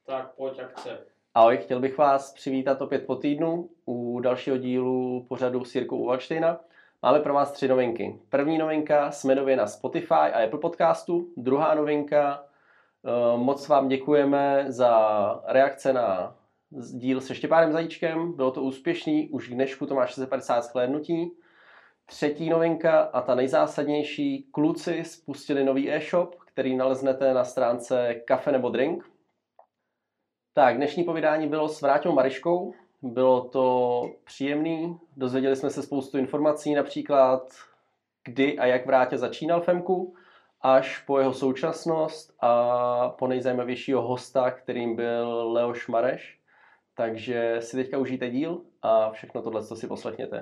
Tak pojď, akce. Ahoj, chtěl bych vás přivítat opět po týdnu u dalšího dílu pořadu s Jirkou Uvalštejna. Máme pro vás 3 novinky. První novinka, jsme nově na Spotify a Apple podcastu. Druhá novinka, moc vám děkujeme za reakce na díl se Štěpánem Zajíčkem. Bylo to úspěšný, už k dnešku to má 650 shlédnutí. Třetí novinka a ta nejzásadnější, kluci spustili nový e-shop, který naleznete na stránce Kafe nebo Drink. Tak, dnešní povídání bylo s Vráťou Mariškou. Bylo to příjemný, dozvěděli jsme se spoustu informací, například kdy a jak Vráťa začínal v EMKu, až po jeho současnost a po nejzajímavějšího hosta, kterým byl Leoš Mareš. Takže si teďka užijte díl a všechno tohle si poslechněte.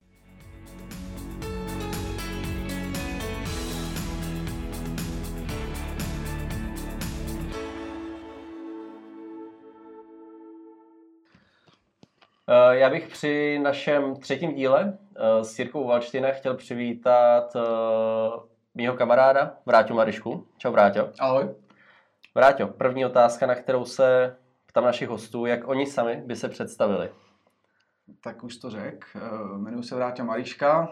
Já bych při našem 3. díle s Jirkou Uvalštejna chtěl přivítat mýho kamaráda Vráťu Marišku. Čau Vráťo. Ahoj. Vráťo, první otázka, na kterou se ptám našich hostů, jak oni sami by se představili. Tak už to řek. Jmenuji se Vráťa Mariška.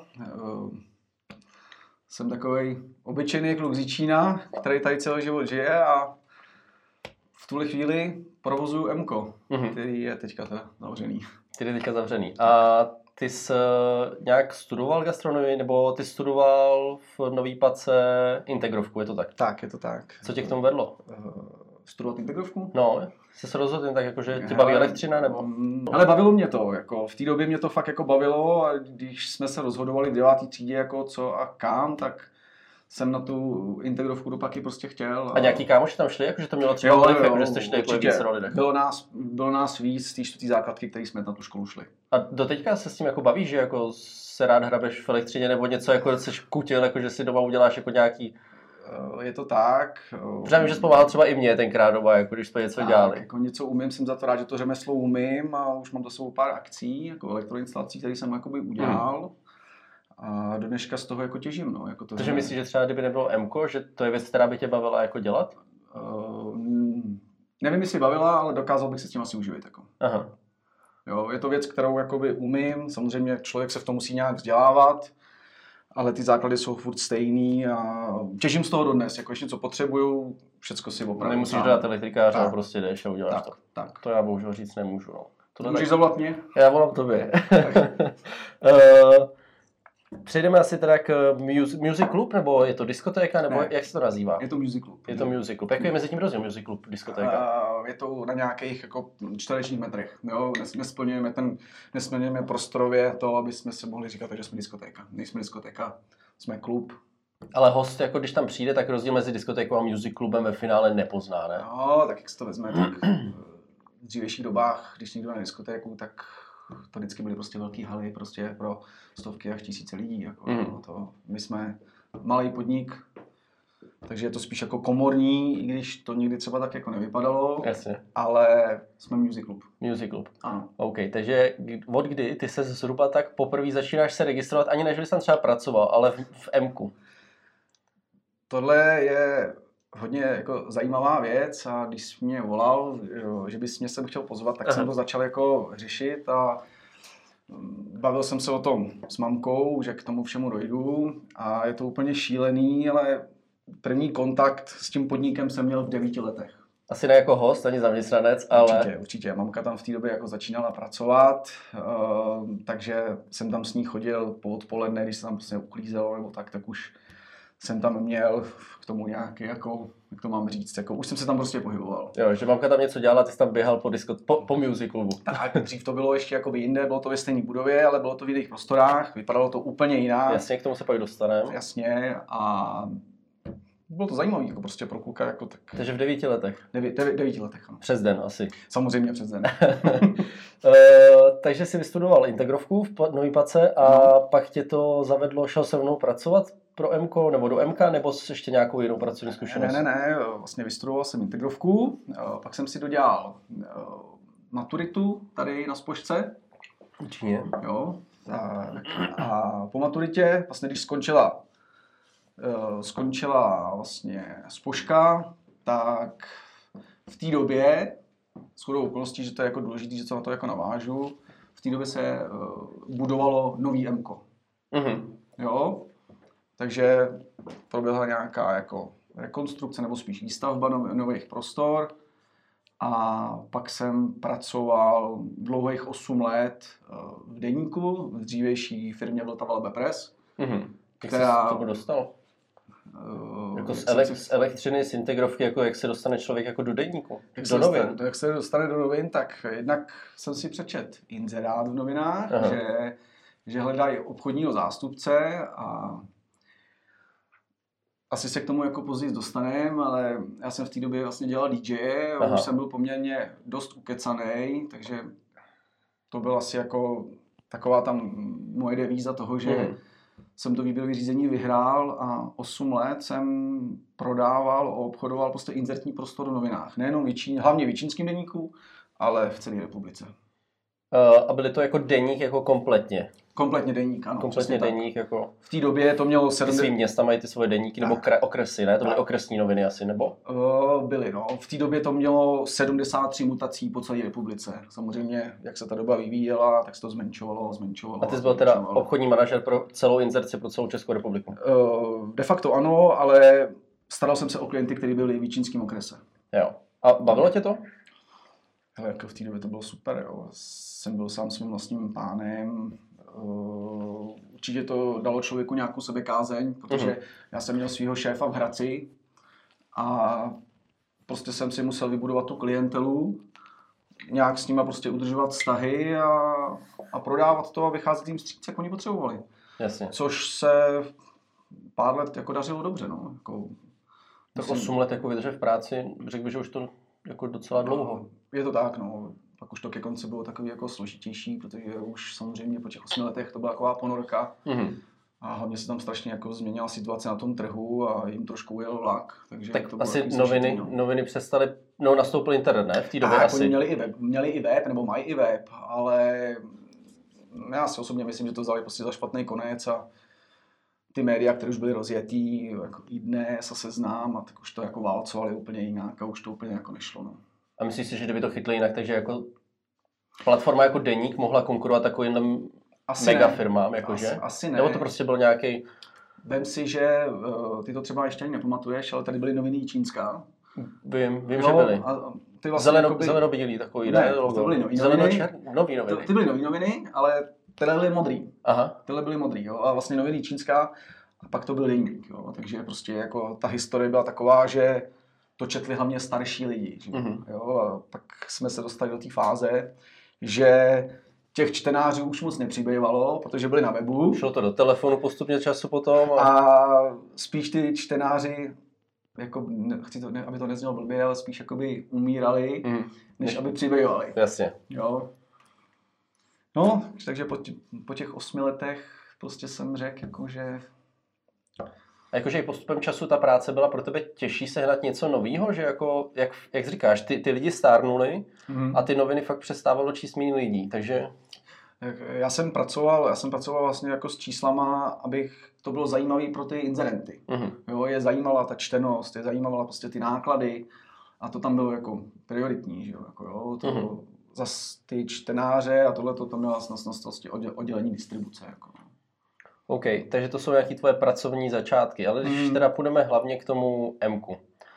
Jsem takovej obyčejný kluk z Jičína, který tady celý život žije a v tuhle chvíli provozuju EMKO, který je teďka zavřený. Který je teďka zavřený. A ty jsi nějak studoval gastronomii, nebo ty studoval v Nový Pace integrovku, je to tak? Tak, je to tak. Co tě k tomu vedlo? Studovat integrovku? No, jsi se rozhodl tak, jako, že tě baví elektřina, nebo? Ale bavilo mě to, jako v té době mě to fakt jako bavilo a když jsme se rozhodovali v 9. třídě jako co a kam, tak jsem na tu integrovku do Paky prostě chtěl. A nějaký kámoši tam šli, jakože to mělo třeba vliv, jakože jste šli jako víc lidech? Bylo nás víc z té 4. základky, který jsme na tu školu šli. A doteďka se s tím jako bavíš, že jako se rád hrabeš v elektřině nebo něco, jako jsi kutil, jako že si doma uděláš jako nějaký... Je to tak. Protože vím, že jsi pomáhal třeba i mě tenkrát doma, jako když jsme něco dělali. Jako něco umím, jsem za to rád, že to řemeslo umím a už mám za sebou pár akcí, jako elektroinstalací, které jsem jakoby udělal. A do dneška z toho jako těžím, no. Jako to, takže myslíš, že třeba kdyby nebylo EMKO, že to je věc, která by tě bavila jako dělat? Nevím, jestli bavila, ale dokázal bych se s tím asi uživit. Jako. Aha. Jo, je to věc, kterou jakoby umím, samozřejmě člověk se v tom musí nějak vzdělávat, ale ty základy jsou furt stejný a těžím z toho dodnes, jako ještě něco potřebuju, všecko si opravdu. Nemusíš dát elektrikáře, ale prostě jdeš a uděláš tak, to. Tak. To já bohužel říct nemůžu, no. Můžeš zavolat mě? Já volám tobě. Přejdeme asi teda k Music Club, nebo je to diskotéka, nebo ne. Jak se to nazývá? Je to Music Club. Je to Music Club. Jaký je mezi tím rozdíl Music Club, diskotéka? Je to na nějakých jako čtverečních metrech. Jo? Nesplňujeme prostorově to, aby jsme se mohli říkat, že jsme diskotéka. Nejsme diskotéka, jsme klub. Ale host, jako když tam přijde, tak rozdíl mezi diskotékou a Music Clubem ve finále nepozná, ne? No, tak jak se to vezme, tak v dřívějších dobách, když někdo na diskotéku, tak to vždycky byly prostě velký haly prostě pro stovky až tisíce lidí. Jako, my jsme malý podnik, takže je to spíš jako komorní, i když to někdy třeba tak jako nevypadalo. Jasně. Ale jsme Music Club. Music Club. Ano. OK, takže od kdy ty se zhruba tak poprvé začínáš se registrovat, ani než jsi tam třeba pracoval, ale v EMKu? Tohle je hodně jako zajímavá věc a když jsi mě volal, že bys mě sem chtěl pozvat, tak jsem to začal jako řešit a bavil jsem se o tom s mamkou, že k tomu všemu dojdu a je to úplně šílený, ale první kontakt s tím podnikem jsem měl v 9 letech. Asi ne jako host, ani zaměstnanec, ale... Určitě. Mamka tam v té době jako začínala pracovat, takže jsem tam s ní chodil po odpoledne, když se tam prostě uklízelo nebo tak už jsem tam měl k tomu nějaký, jako, jak to mám říct, jako, už jsem se tam prostě pohyboval. Jo, že mamka tam něco dělala, ty jsi tam běhal po Music Clubu. Tak, dřív to bylo ještě jako jinde, bylo to ve stejné budově, ale bylo to v jiných prostorách, vypadalo to úplně jinak. Jasně, k tomu se pak dostaneme. Jasně, a bylo to zajímavé, jako prostě pro kluka, jako tak. Takže v 9 letech? 9 letech, ano. Přes den asi. Samozřejmě přes den. Takže jsi vystudoval integrovku v Nový Pace a pak tě to zavedlo, šel se mnou pracovat pro EMKO nebo do EMKA, nebo ještě nějakou jinou pracovní zkušenost? Ne, vlastně vystudoval jsem integrovku, pak jsem si dodělal maturitu tady na Spožce. Určitě. Jo, a po maturitě, vlastně když skončila vlastně Spožka, tak v té době shodou okolností, že to je jako důležité, že co na to jako navážu. V té době se budovalo nový M-ko. Jo? Takže proběhla nějaká jako rekonstrukce nebo spíš výstavba nových prostor. A pak jsem pracoval dlouhých 8 let v deníku, v dřívější firmě Vltava Lebe Press. Která... Jak jsi to dostal? Jako z elektřiny, z integrovky, jako jak se dostane člověk jako do deníku, do novin? Jak se dostane do novin, tak jednak jsem si přečet inzerát v novinách, že hledají obchodního zástupce a asi se k tomu jako později dostaneme, ale já jsem v té době vlastně dělal DJ a už jsem byl poměrně dost ukecanej, takže to byl asi jako taková tam moje devíza toho, že jsem to výběrové řízení vyhrál a 8 let jsem prodával a obchodoval prostě inzertní prostor v novinách. Nejenom hlavně v Jičínském deníku, ale v celé republice. A byly to jako deník jako kompletně? Kompletně deník, ano. Kompletně deník, jako... V té době to mělo 7... Svým města mají ty svoje deníky, nebo okresy, ne? To byly okresní noviny asi, nebo? Byly, no. V té době to mělo 73 mutací po celé republice. Samozřejmě, jak se ta doba vyvíjela, tak se to zmenšovalo. A ty jsi byl teda obchodní manažer pro celou inzerci, pro celou Českou republiku? De facto ano, ale staral jsem se o klienty, kteří byli v Jičínském okrese. Jo. A bavilo tě to? Hele, jako v té době to bylo super, jo. Jsem byl sám svým vlastním pánem. Určitě to dalo člověku nějakou sebekázeň, protože já jsem měl svého šéfa v Hradci a prostě jsem si musel vybudovat tu klientelu, nějak s nima prostě udržovat vztahy a prodávat to a vycházet jim vstříc, jak oni potřebovali. Jasně. Což se pár let jako dařilo dobře, no. Jako, tak 8 let jako vydržet v práci, řekl bych, že už to jako docela dlouho. Je to tak, no. Pak už to ke konci bylo takový jako složitější, protože už samozřejmě po těch 8 letech to byla taková ponorka. A hlavně se tam strašně jako změnila situace na tom trhu a jim trošku ujel vlak. Takže tak to asi noviny přestaly, nastoupil internet, ne? V té době asi. Oni měli i web, nebo mají i web, ale já si osobně myslím, že to vzali prostě za špatný konec a ty média, které už byly rozjetý, jako iDnes a Seznam, a tak už to jako válcovali úplně jinak a už to úplně jako nešlo, no. A myslíš si, že kdyby to chytli jinak, takže jako platforma jako deník mohla konkurovat takovým mega firmám, jakože? Asi ne. Nebo to prostě byl nějaký... Vem si, že ty to třeba ještě ani nepamatuješ, ale tady byly noviny Jičínská. Vím, že byly. Ty vlastně zelenobílý takový, ne? To byly nový nový noviny. Ty byly nový noviny, ale tyhle byly modrý. Aha. Tyhle byly modrý, jo. A vlastně noviny Jičínská a pak to byl deník, jo. Takže prostě jako ta historie byla taková, že to četli hlavně starší lidi. Jo? A pak jsme se dostali do té fáze, že těch čtenářů už moc nepřibývalo, protože byli na webu. Šlo to do telefonu postupně času potom. A spíš ty čtenáři, jako, chci to, aby to neznělo blbě, ale spíš jakoby umírali, než aby přibývali. Jasně. Jo. No, takže po těch 8 letech prostě jsem řekl, jako, že... A jakože i postupem času ta práce byla pro tebe těžší sehnat něco nového, že jako, jak říkáš, ty lidi stárnuli a ty noviny fakt přestávalo číst méně lidí, takže... Já jsem pracoval vlastně jako s číslama, abych to bylo zajímavé pro ty inzerenty. Jo, je zajímala ta čtenost, je zajímala prostě ty náklady a to tam bylo jako prioritní, že jo, jako jo, to zas ty čtenáře a tohle to tam měla snadnost vlastně oddělení distribuce, jako. OK, takže to jsou nějaké tvoje pracovní začátky, ale když teda půjdeme hlavně k tomu M-ku.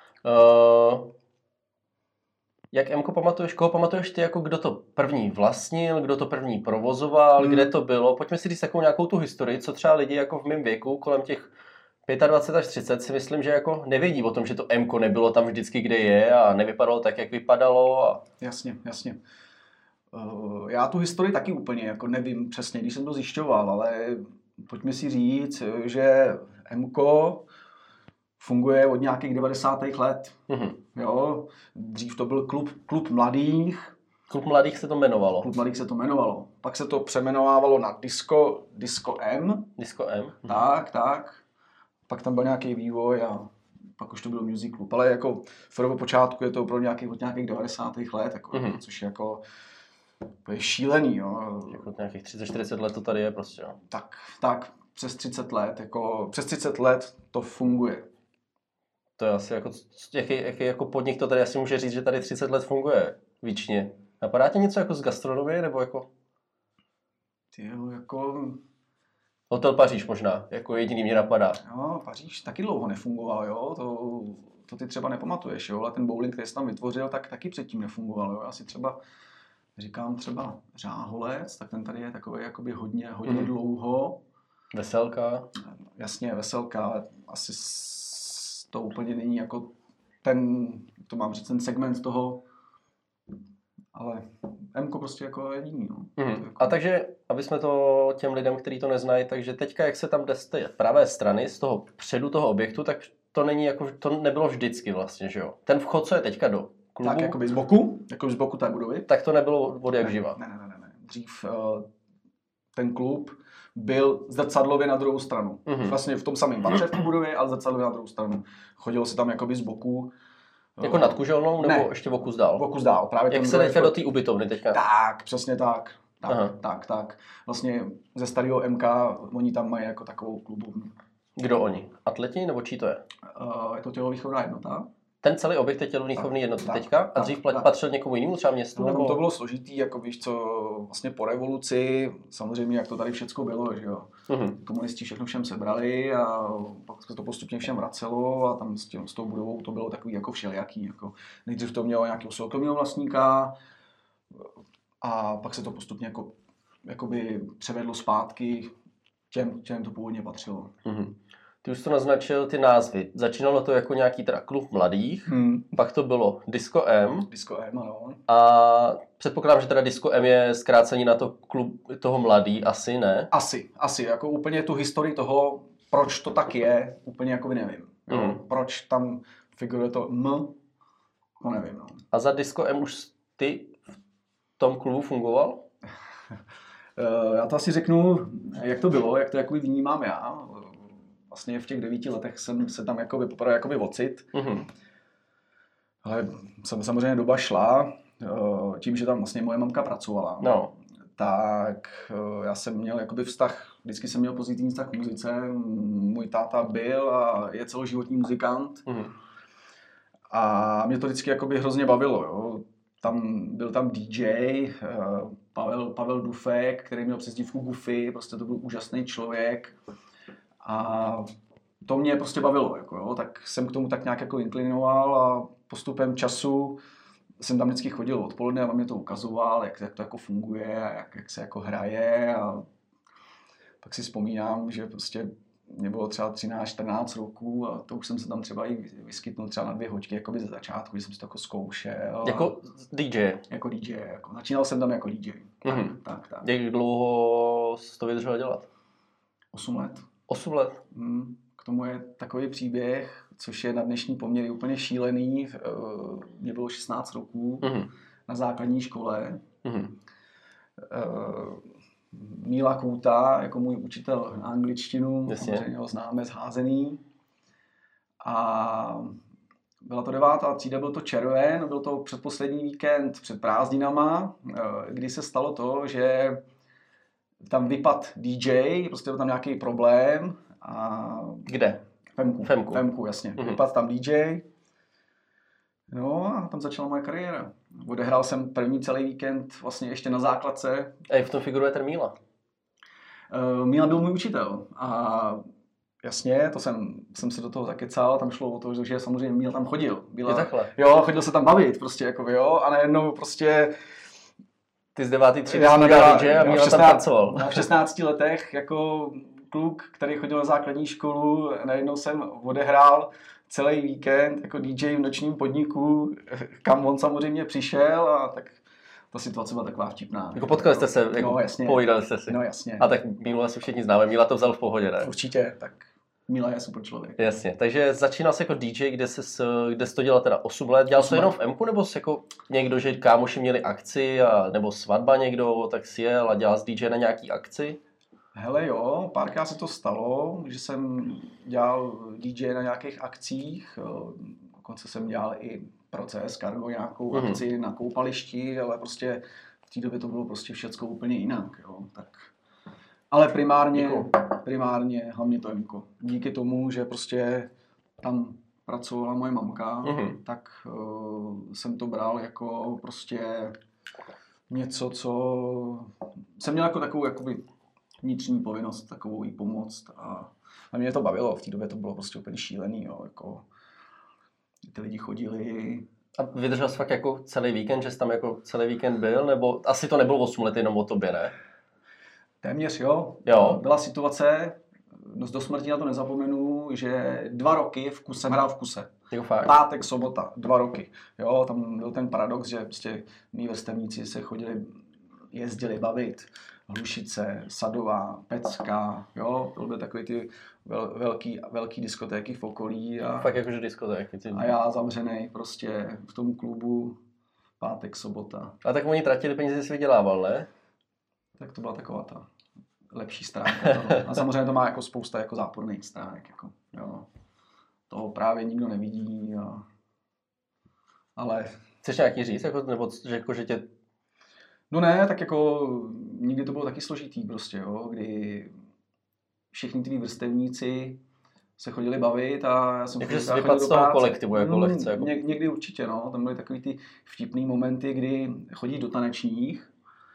Jak M-ko pamatuješ, koho pamatuješ ty, jako kdo to první vlastnil, kdo to první provozoval, kde to bylo? Pojďme si říct takovou nějakou tu historii, co třeba lidi jako v mém věku, kolem těch 25 až 30, si myslím, že jako nevědí o tom, že to M-ko nebylo tam vždycky, kde je a nevypadalo tak, jak vypadalo. A... Jasně. Já tu historii taky úplně jako nevím přesně, když jsem to zjišťoval, ale pojďme si říct, že M-ko funguje od nějakých 90. let. Jo? Dřív to byl klub mladých. Klub mladých se to jmenovalo. Klub mladých se to jmenovalo. Pak se to přeměnovávalo na Disco M. Disco M. Tak. Pak tam byl nějaký vývoj a pak už to byl Music Club. Ale jako v počátku je to opravdu od nějakých 90. let, jako, což je jako je šílený. Jo. Jako nějakých 30-40 let to tady je prostě. Jo. Tak, přes 30 let. Jako, přes 30 let to funguje. To je asi jako, jaký jako podnik to tady asi může říct, že tady 30 let funguje? Víčně. Napadá tě něco jako z gastronomie, nebo jako Tyjo, jako... Hotel Paříž možná, jako jediný mě napadá. Jo, Paříž taky dlouho nefungoval, jo, to ty třeba nepamatuješ, jo, ale ten bowling, který jsi tam vytvořil, tak taky předtím nefungoval, jo, já si třeba říkám třeba Řáholec, tak ten tady je takový jakoby hodně dlouho. Veselka. Jasně, Veselka, ale asi to úplně není jako ten, to mám říct, ten segment toho, ale Mko prostě jako jediný, no. Jako... A takže, aby jsme to těm lidem, kteří to neznají, takže teďka, jak se tam jde z té pravé strany, z toho předu toho objektu, tak to není jako, to nebylo vždycky vlastně, že jo? Ten vchod, co je teďka do klubu. Tak jakoby z boku té budovy. Tak to nebylo od jak živa. Ne. Dřív ten klub byl zrcadlově na druhou stranu. Vlastně v tom samém patře v té budově, ale zrcadlově na druhou stranu. Chodilo se tam jakoby z boku. Jako nad Kuželnou, nebo ne, ještě vokus dál? Vokus dál. Právě jak se teďka do té ubytovny teďka? Tak, přesně tak. Tak. Vlastně ze starého MK oni tam mají jako takovou klubovnu. Kdo oni? Atleti nebo čí to je? Je to tělovýchovná jednota. Ten celý objekt je tělovýchovný jednota teďka? A dřív patřil někomu jinému, třeba městu? No, nebo... To bylo složitý, jako víš co, vlastně po revoluci, samozřejmě jak to tady všecko bylo, že jo. Komunisti všechno všem sebrali a pak se to postupně všem vracelo a tam s tou budovou to bylo takový jako všelijaký. Jako nejdřív to mělo nějakého soukromého vlastníka a pak se to postupně jakoby převedlo zpátky těm to původně patřilo. Ty už to naznačil, ty názvy. Začínalo to jako nějaký teda klub mladých, pak to bylo Disco M. Disco M, ano. A předpokládám, že teda Disco M je zkrácení na to klub toho mladý, asi ne? Asi, jako úplně tu historii toho, proč to tak je, úplně jako by nevím. Proč tam figuruje to M, no nevím. No. A za Disco M už ty v tom klubu fungoval? Já to asi řeknu, jak to bylo, jak to jakoby vnímám já. Vlastně v těch 9 letech jsem se tam poprvé jakoby ocit. Ale samozřejmě doba šla, tím, že tam vlastně moje mamka pracovala. No. Tak já jsem měl jakoby vztah, vždycky jsem měl pozitivní vztah k muzice. Můj táta byl a je celoživotní muzikant. A mě to vždycky jakoby hrozně bavilo. Jo. Byl tam DJ, Pavel Dufek, který měl přezdívku Goofy, prostě to byl úžasný člověk. A to mě prostě bavilo, jako jo, tak jsem k tomu tak nějak jako inklinoval a postupem času jsem tam vždycky chodil odpoledne a on mě to ukazoval, jak to jako funguje, jak se jako hraje a pak si vzpomínám, že prostě mě bylo třeba 13-14 roků a to už jsem se tam třeba i vyskytnul třeba na 2 hoďky jakoby ze začátku, že jsem si to jako zkoušel. Jako DJ? Jako DJ, jako. Začínal jsem tam jako DJ. Tak. Jak dlouho jsi to vydržel dělat? 8 let. 8 let? K tomu je takový příběh, což je na dnešní poměry úplně šílený. Mně bylo 16 roků na základní škole. Míla Kůta, jako můj učitel na angličtinu, samozřejmě ho známe zházený. A byla to 9. třída, byl to červen, byl to předposlední víkend před prázdninama, kdy se stalo to, že tam vypad DJ, prostě byl tam nějaký problém. A kde? Femku, jasně. Vypad tam DJ. No a tam začala moje kariéra. Odehrál jsem první celý víkend vlastně ještě na základce. A v tom figuruje ten Míla? Míla byl můj učitel. A jasně, to jsem se do toho zakecal, tam šlo o to, že samozřejmě Míla tam chodil. Je takhle? Jo, chodil se tam bavit, prostě jako jo, a najednou prostě... Ty z 9. třídy jsi dělal DJ a Míla tam pracoval. V 16 letech jako kluk, který chodil na základní školu, najednou jsem odehrál celý víkend jako DJ v nočním podniku, kam on samozřejmě přišel a tak ta situace byla taková vtipná. Jako potkali jste se, jako no, jasně. Povídali jste si. No jasně. A tak Mílu asi všichni známe, Míla to vzal v pohodě, ne? Určitě, tak Míla je super člověk. Jasně, takže začínal jsi jako DJ, kde jsi to dělal teda 8 let, dělal jsi to jenom v Mku, nebo jsi jako někdo, že kámoši měli akci, nebo svatba někdo, tak si jel a dělal jsi DJ na nějaký akci? Hele jo, párkrát se to stalo, že jsem dělal DJ na nějakých akcích, dokonce jsem dělal i proces, Cargo nějakou akci na koupališti, ale prostě v té době to bylo prostě všecko úplně jinak, jo, tak. Ale primárně hlavně to Mko. Díky tomu, že prostě tam pracovala moje mamka, tak jsem to bral jako prostě něco, co jsem měl jako takovou jakoby vnitřní povinnost takovou jí pomoct a mě to bavilo, v té době to bylo prostě úplně šílený, jo, jako ty lidi chodili. A vydržel jsi fakt jako celý víkend, že jsi tam jako celý víkend byl, nebo asi to nebylo 8 let jenom o tobě, ne? Téměř jo. Byla situace, do smrti na to nezapomenu, že 2 roky jsem hrál v kuse. Pátek, sobota, 2 roky. Jo, tam byl ten paradox, že prostě mý vrstevníci se jezdili bavit. Hlušice, Sadová, Pecka, jo, to byly takový ty velký diskotéky v okolí. Fakt jakože diskotéky. A já zavřenej prostě v tom klubu pátek, sobota. A tak oni tratili peníze, si vydělával, ne? Tak to byla taková ta lepší stránka toho. A samozřejmě to má jako spousta jako záporných stránek, jako, jo. Toho právě nikdo nevidí, ale... Chceš nějaký říct, jako, nebo že tě... No ne, tak jako nikdy to bylo taky složitý prostě, jo, kdy všichni ty vrstevníci se chodili bavit a já jsem chodil z toho kolektivu jako lehce. Jako... Někdy určitě, no, tam byly takový ty vtipný momenty, kdy chodí do tanečních,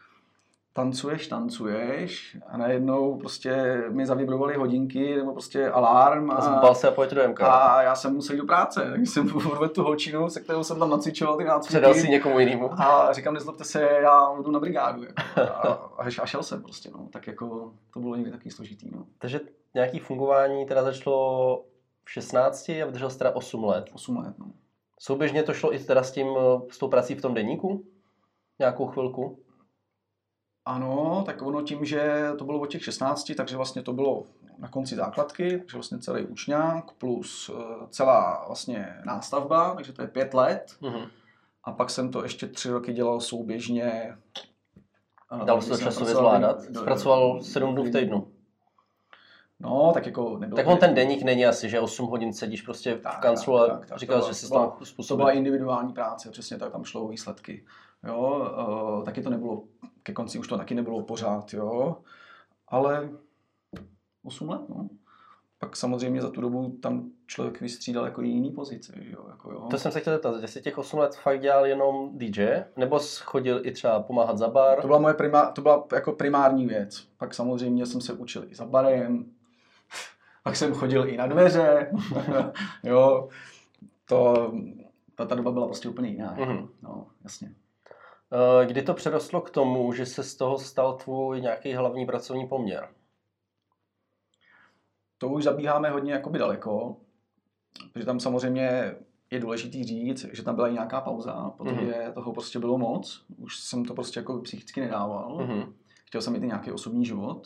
tancuješ a najednou prostě mi zavibrovaly hodinky nebo prostě alarm a se a pojď do MK. A já jsem musel jít do práce, takže jsem odvedl tu holčinu, se kterou jsem tam nacvičoval ty nácviky. Předal si někomu jinému. A říkám, nezlobte se, já jdu na brigádu. Jako. A šel jsem prostě, no. Tak jako to bylo někdy taky složitý, no. Takže nějaký fungování teda začalo v 16 a vydržel jsi teda 8 let. 8 let, no. Souběžně to šlo i teda s tou prací v tom deníku? Nějakou chvilku? Ano, tak ono tím, že to bylo od těch 16, takže vlastně to bylo na konci základky, takže vlastně celý učňák plus celá vlastně nástavba, takže to je 5 let. A pak jsem to ještě 3 roky dělal souběžně. Dal se to časově zvládat? Pracoval 7 dnů v týdnu? No, tak jako nebylo. Tak on ten deník není asi, že 8 hodin sedíš prostě v kanclu a říkal, že si to mohl způsobit. To byla individuální práce, přesně tak, tam šlo o výsledky. Jo, taky to nebylo, ke konci už to taky nebylo pořád, jo, ale 8 let, no. Pak samozřejmě za tu dobu tam člověk vystřídal jako jiný pozice, jo, jako jo. To jsem se chtěl zeptat, jestli těch 8 let fakt dělal jenom DJ, nebo jsi chodil i třeba pomáhat za bar? To byla jako primární věc. Pak samozřejmě jsem se učil i za barem, pak jsem chodil i na dveře, jo, ta doba byla prostě úplně jiná, no, jasně. Kdy to přerostlo k tomu, že se z toho stal tvůj nějaký hlavní pracovní poměr? To už zabíháme hodně jakoby daleko, protože tam samozřejmě je důležitý říct, že tam byla i nějaká pauza, protože toho prostě bylo moc, už jsem to prostě jako psychicky nedával. Chtěl jsem mít i nějaký osobní život,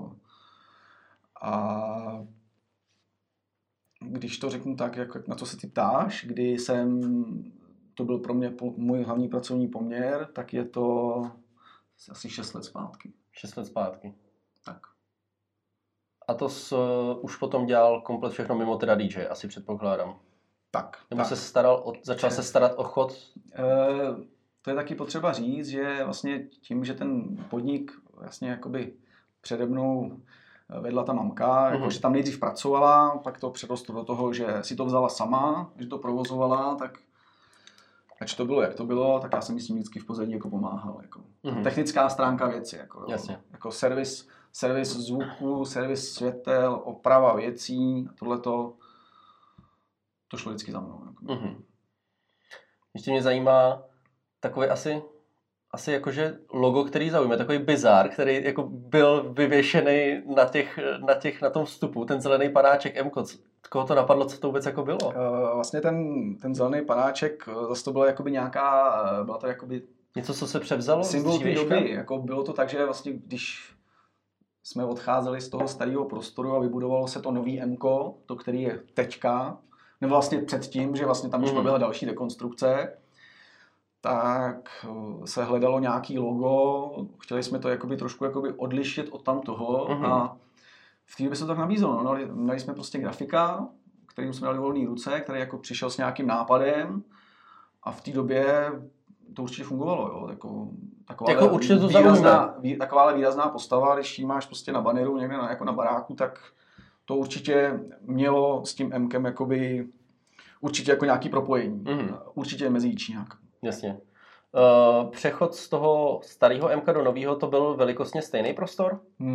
a když to řeknu tak, jak na co se ty ptáš, to byl pro mě můj hlavní pracovní poměr, tak je to asi 6 let zpátky. 6 let zpátky. Tak. A to už potom dělal komplet všechno mimo teda DJ, asi předpokládám. Tak. Nebo tak. Začal se starat o chod? To je taky potřeba říct, že vlastně tím, že ten podnik vlastně jakoby přede mnou vedla ta mamka, jako, že tam nejdřív pracovala, pak to přerostlo do toho, že si to vzala sama, že to provozovala, tak ač to bylo, jak to bylo, tak já jsem s tím vždycky v pozadí jako pomáhal. Jako. Technická stránka věci. Jako servis zvuku, servis světel, oprava věcí, tohleto, to šlo vždycky za mnou. Jako. Ještě mě zajímá takový asi jakože logo, který zaujme, takový bizár, který jako byl vyvěšený na tom vstupu, ten zelený panáček MKO. Koho to napadlo, co to vůbec jako bylo? Vlastně ten zelený panáček, zase to byla jakoby byla to jakoby něco, co se převzalo? Symbol té doby. Jako bylo to tak, že vlastně když jsme odcházeli z toho starého prostoru a vybudovalo se to nový MKO, to který je teďka, nebo vlastně předtím, že vlastně tam už proběhla další rekonstrukce, tak se hledalo nějaký logo, chtěli jsme to jakoby trošku jakoby odlišit od tam toho a v té době se to tak nabízelo. No, měli jsme prostě grafika, kterým jsme dali volné ruce, který jako přišel s nějakým nápadem a v té době to určitě fungovalo. Jo. Takováhle výrazná postava, když ji máš prostě na baneru někde jako na baráku, tak to určitě mělo s tím MKem jakoby určitě jako nějaký propojení. Určitě mezi Jičíňák. Jasně. Přechod z toho starého MK do nového, to byl velikostně stejný prostor?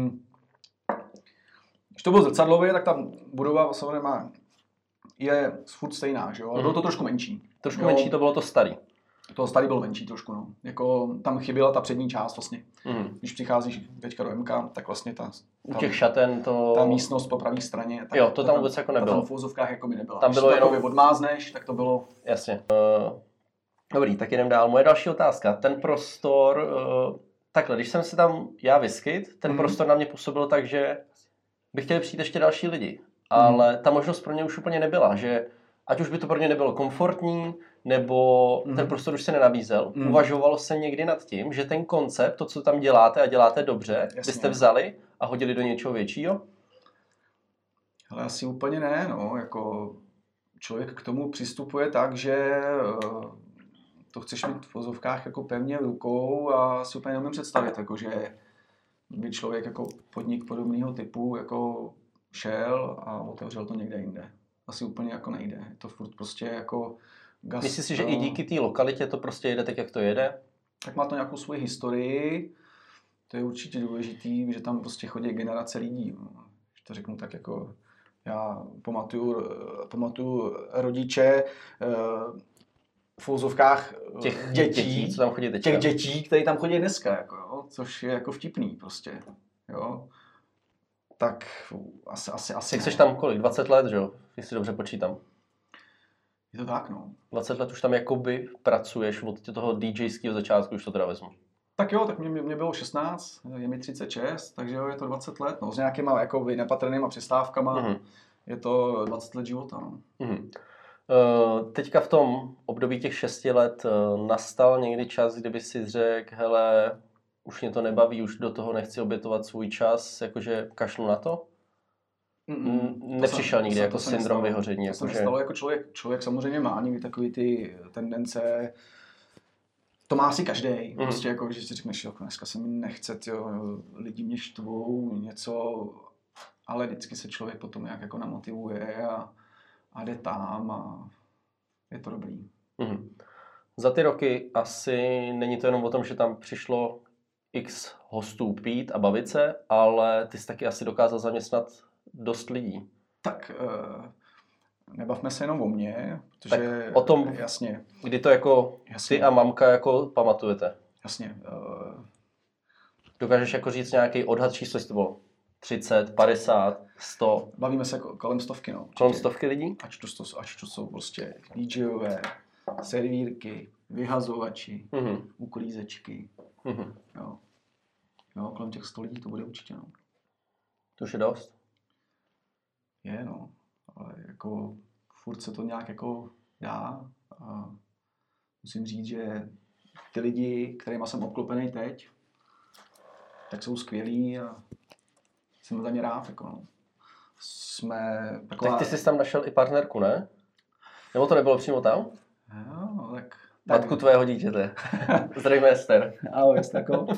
Když to bylo zrcadlově, tak ta budova samozřejmě je furt stejná, že jo? Ale bylo to trošku menší. Trošku menší, to bylo to starý. To starý byl menší trošku, no. Jako tam chyběla ta přední část vlastně. Když přicházíš teďka do MK, tak vlastně u těch šaten to... Ta místnost po pravé straně. Tak, jo, to tam vůbec jako nebylo. Tam v úzovkách jako by nebyla. Tam bylo když to jenom... odmázneš, tak to bylo... Jasně. Dobrý, tak jdem dál. Moje další otázka. Ten prostor... Takhle, když jsem se tam já vyskyt, ten prostor na mě působil tak, že by chtěli přijít ještě další lidi. Ale ta možnost pro ně už úplně nebyla, že ať už by to pro ně nebylo komfortní, nebo ten prostor už se nenabízel. Uvažovalo se někdy nad tím, že ten koncept, to, co tam děláte a děláte dobře, byste vzali a hodili do něčeho většího? Ale asi úplně ne, no, jako člověk k tomu přistupuje tak, že to chceš mít v vozovkách jako pevně v rukou a si úplně neumím představit, jako, že by člověk jako podnik podobného typu jako šel a otevřel to někde jinde. Asi úplně jako nejde. Je to furt prostě jako gastro... Myslíš si, že i díky té lokalitě to prostě jede tak, jak to jede? Tak má to nějakou svoji historii. To je určitě důležitý, že tam prostě chodí generace lidí. Když to řeknu tak jako... Já pamatuju rodiče v úzovkách těch dětí, co tam chodí teďka. Těch dětí, které tam chodí dneska, jako, jo, což je jako vtipný prostě. Jo. Tak asi tak jsi tam kolik? 20 let, že jo? Jestli dobře počítám. Je to tak, no. 20 let už tam jakoby pracuješ od toho DJského začátku, už to teda vezmu. Tak jo, tak mě bylo 16, je mi 36, takže jo, je to 20 let, no. S nějakýma jakoby nepatrnýma přestávkama. Je to 20 let života, no. Teďka v tom období těch 6 let nastal někdy čas, kdyby si řekl, hele, už mě to nebaví, už do toho nechci obětovat svůj čas, jakože kašlu na to? Nepřišel nikdy jako syndrom vyhoření. To se nestalo, jako člověk samozřejmě má někdy takový ty tendence, to má asi každý. Prostě jako, že si řekneš, jo, dneska se mi nechce, jo, lidi mě štvou, něco, ale vždycky se člověk potom nějak jako namotivuje a jde tam a je to dobrý. Za ty roky asi není to jenom o tom, že tam přišlo x hostů pít a bavit se, ale ty jsi taky asi dokázal zaměstnat dost lidí. Tak nebavme se jenom o mně, protože tak o tom, jasně, kdy to jako ty a mamka jako pamatujete. Jasně. Dokážeš jako říct nějaký odhad číslo, jestli to bylo 30, 50, 100? Bavíme se kolem 100, no. Kolem 100 lidí? Ať to jsou prostě DJové, servírky, vyhazovači, uklízečky. Jo. Jo, kolem těch 100 lidí to bude určitě, no. To už je dost? Je, no. Ale jako furt se to nějak jako dá. A musím říct, že ty lidi, kterýma jsem obklopený teď, tak jsou skvělí a jsem za ně rád, jako no. Jsme taková... Tak ty jsi tam našel i partnerku, ne? Nebo to nebylo přímo tam? Jo, tak... Matku tvého dítěte. Zdravíme Ester. Ahoj, Esterko.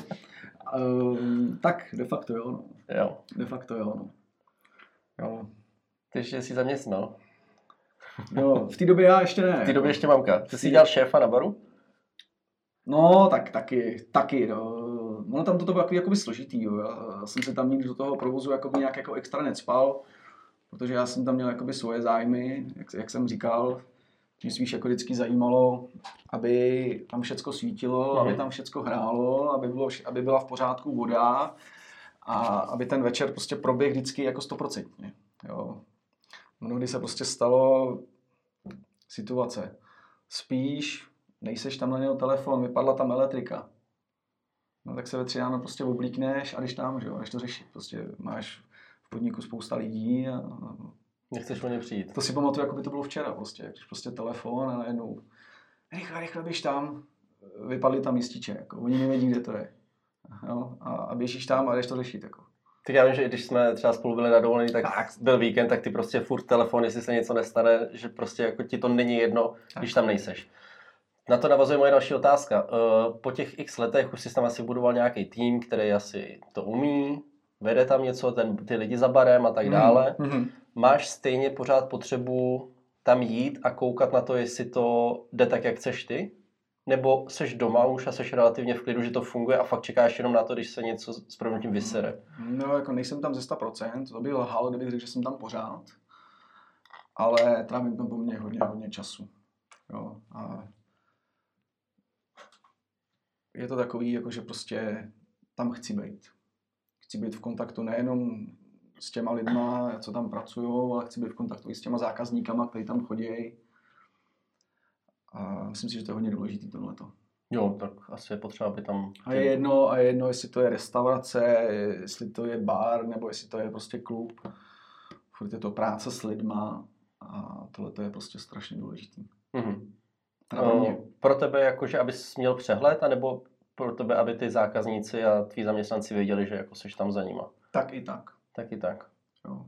Tak, de facto jo, no. Jo. De facto jo, no. Jo. Ty ještě jsi zaměstnal? No, v té době já ještě ne. V té době ještě mamka. Ty jsi dělal šéfa na baru? No, tak taky, no. Ono tam to bylo jakoby složitý, jo. Já jsem se tam nikdy do toho provozu jakoby nějak jako extra necpal, protože já jsem tam měl jakoby svoje zájmy, jak jsem říkal. Mě spíš jako vždycky zajímalo, aby tam všecko svítilo, aby tam všecko hrálo, aby byla v pořádku voda a aby ten večer prostě proběh vždycky jako 100%. Jo. Mnohdy se prostě stalo situace. Spíš, nejseš tam na něho telefon, vypadla tam elektrika. No tak se ve 3 ráno prostě oblíkneš a jdeš tam, že jo, jdeš to řešit. Prostě máš v podniku spousta lidí a nechceš o ně přijít. To si pamatuju, jako by to bylo včera prostě. Když prostě telefon a najednou rychle běž tam, vypadly tam jističe, jako. Oni nevědí, kde to je. Jo? A běžíš tam a jdeš to řešit, jako. Tak já vím, že když jsme třeba spolu byli na dovolení, tak byl víkend, tak ty prostě furt telefon, jestli se něco nestane, že prostě jako ti to není jedno, když tam nejseš. Na to navazuje moje další otázka. Po těch x letech už jsi tam asi budoval nějaký tým, který asi to umí, vede tam něco, ty lidi za barem a tak dále. Máš stejně pořád potřebu tam jít a koukat na to, jestli to jde tak, jak chceš ty? Nebo seš doma už a seš relativně v klidu, že to funguje a fakt čekáš jenom na to, když se něco s proměnutím vysere? No, jako nejsem tam ze 100%, to by lhal, kdybych řekl, že jsem tam pořád, ale trávím tam po mně hodně času. Jo, a je to takový, jako že prostě tam chci být. Chci být v kontaktu nejenom s těma lidma, co tam pracují, ale chci být v kontaktu i s těma zákazníkama, kteří tam chodí. A myslím si, že to je hodně důležité tohleto. Jo, tak asi je potřeba, aby tam... A je jedno, jestli to je restaurace, jestli to je bar, nebo jestli to je prostě klub. Furt je to práce s lidma a tohle je prostě strašně důležitý. Mm-hmm. Pro tebe jakože, abys měl přehled, anebo pro tebe, aby ty zákazníci a tví zaměstnanci věděli, že jako seš tam za nima? Tak i tak. Tak i tak. Jo.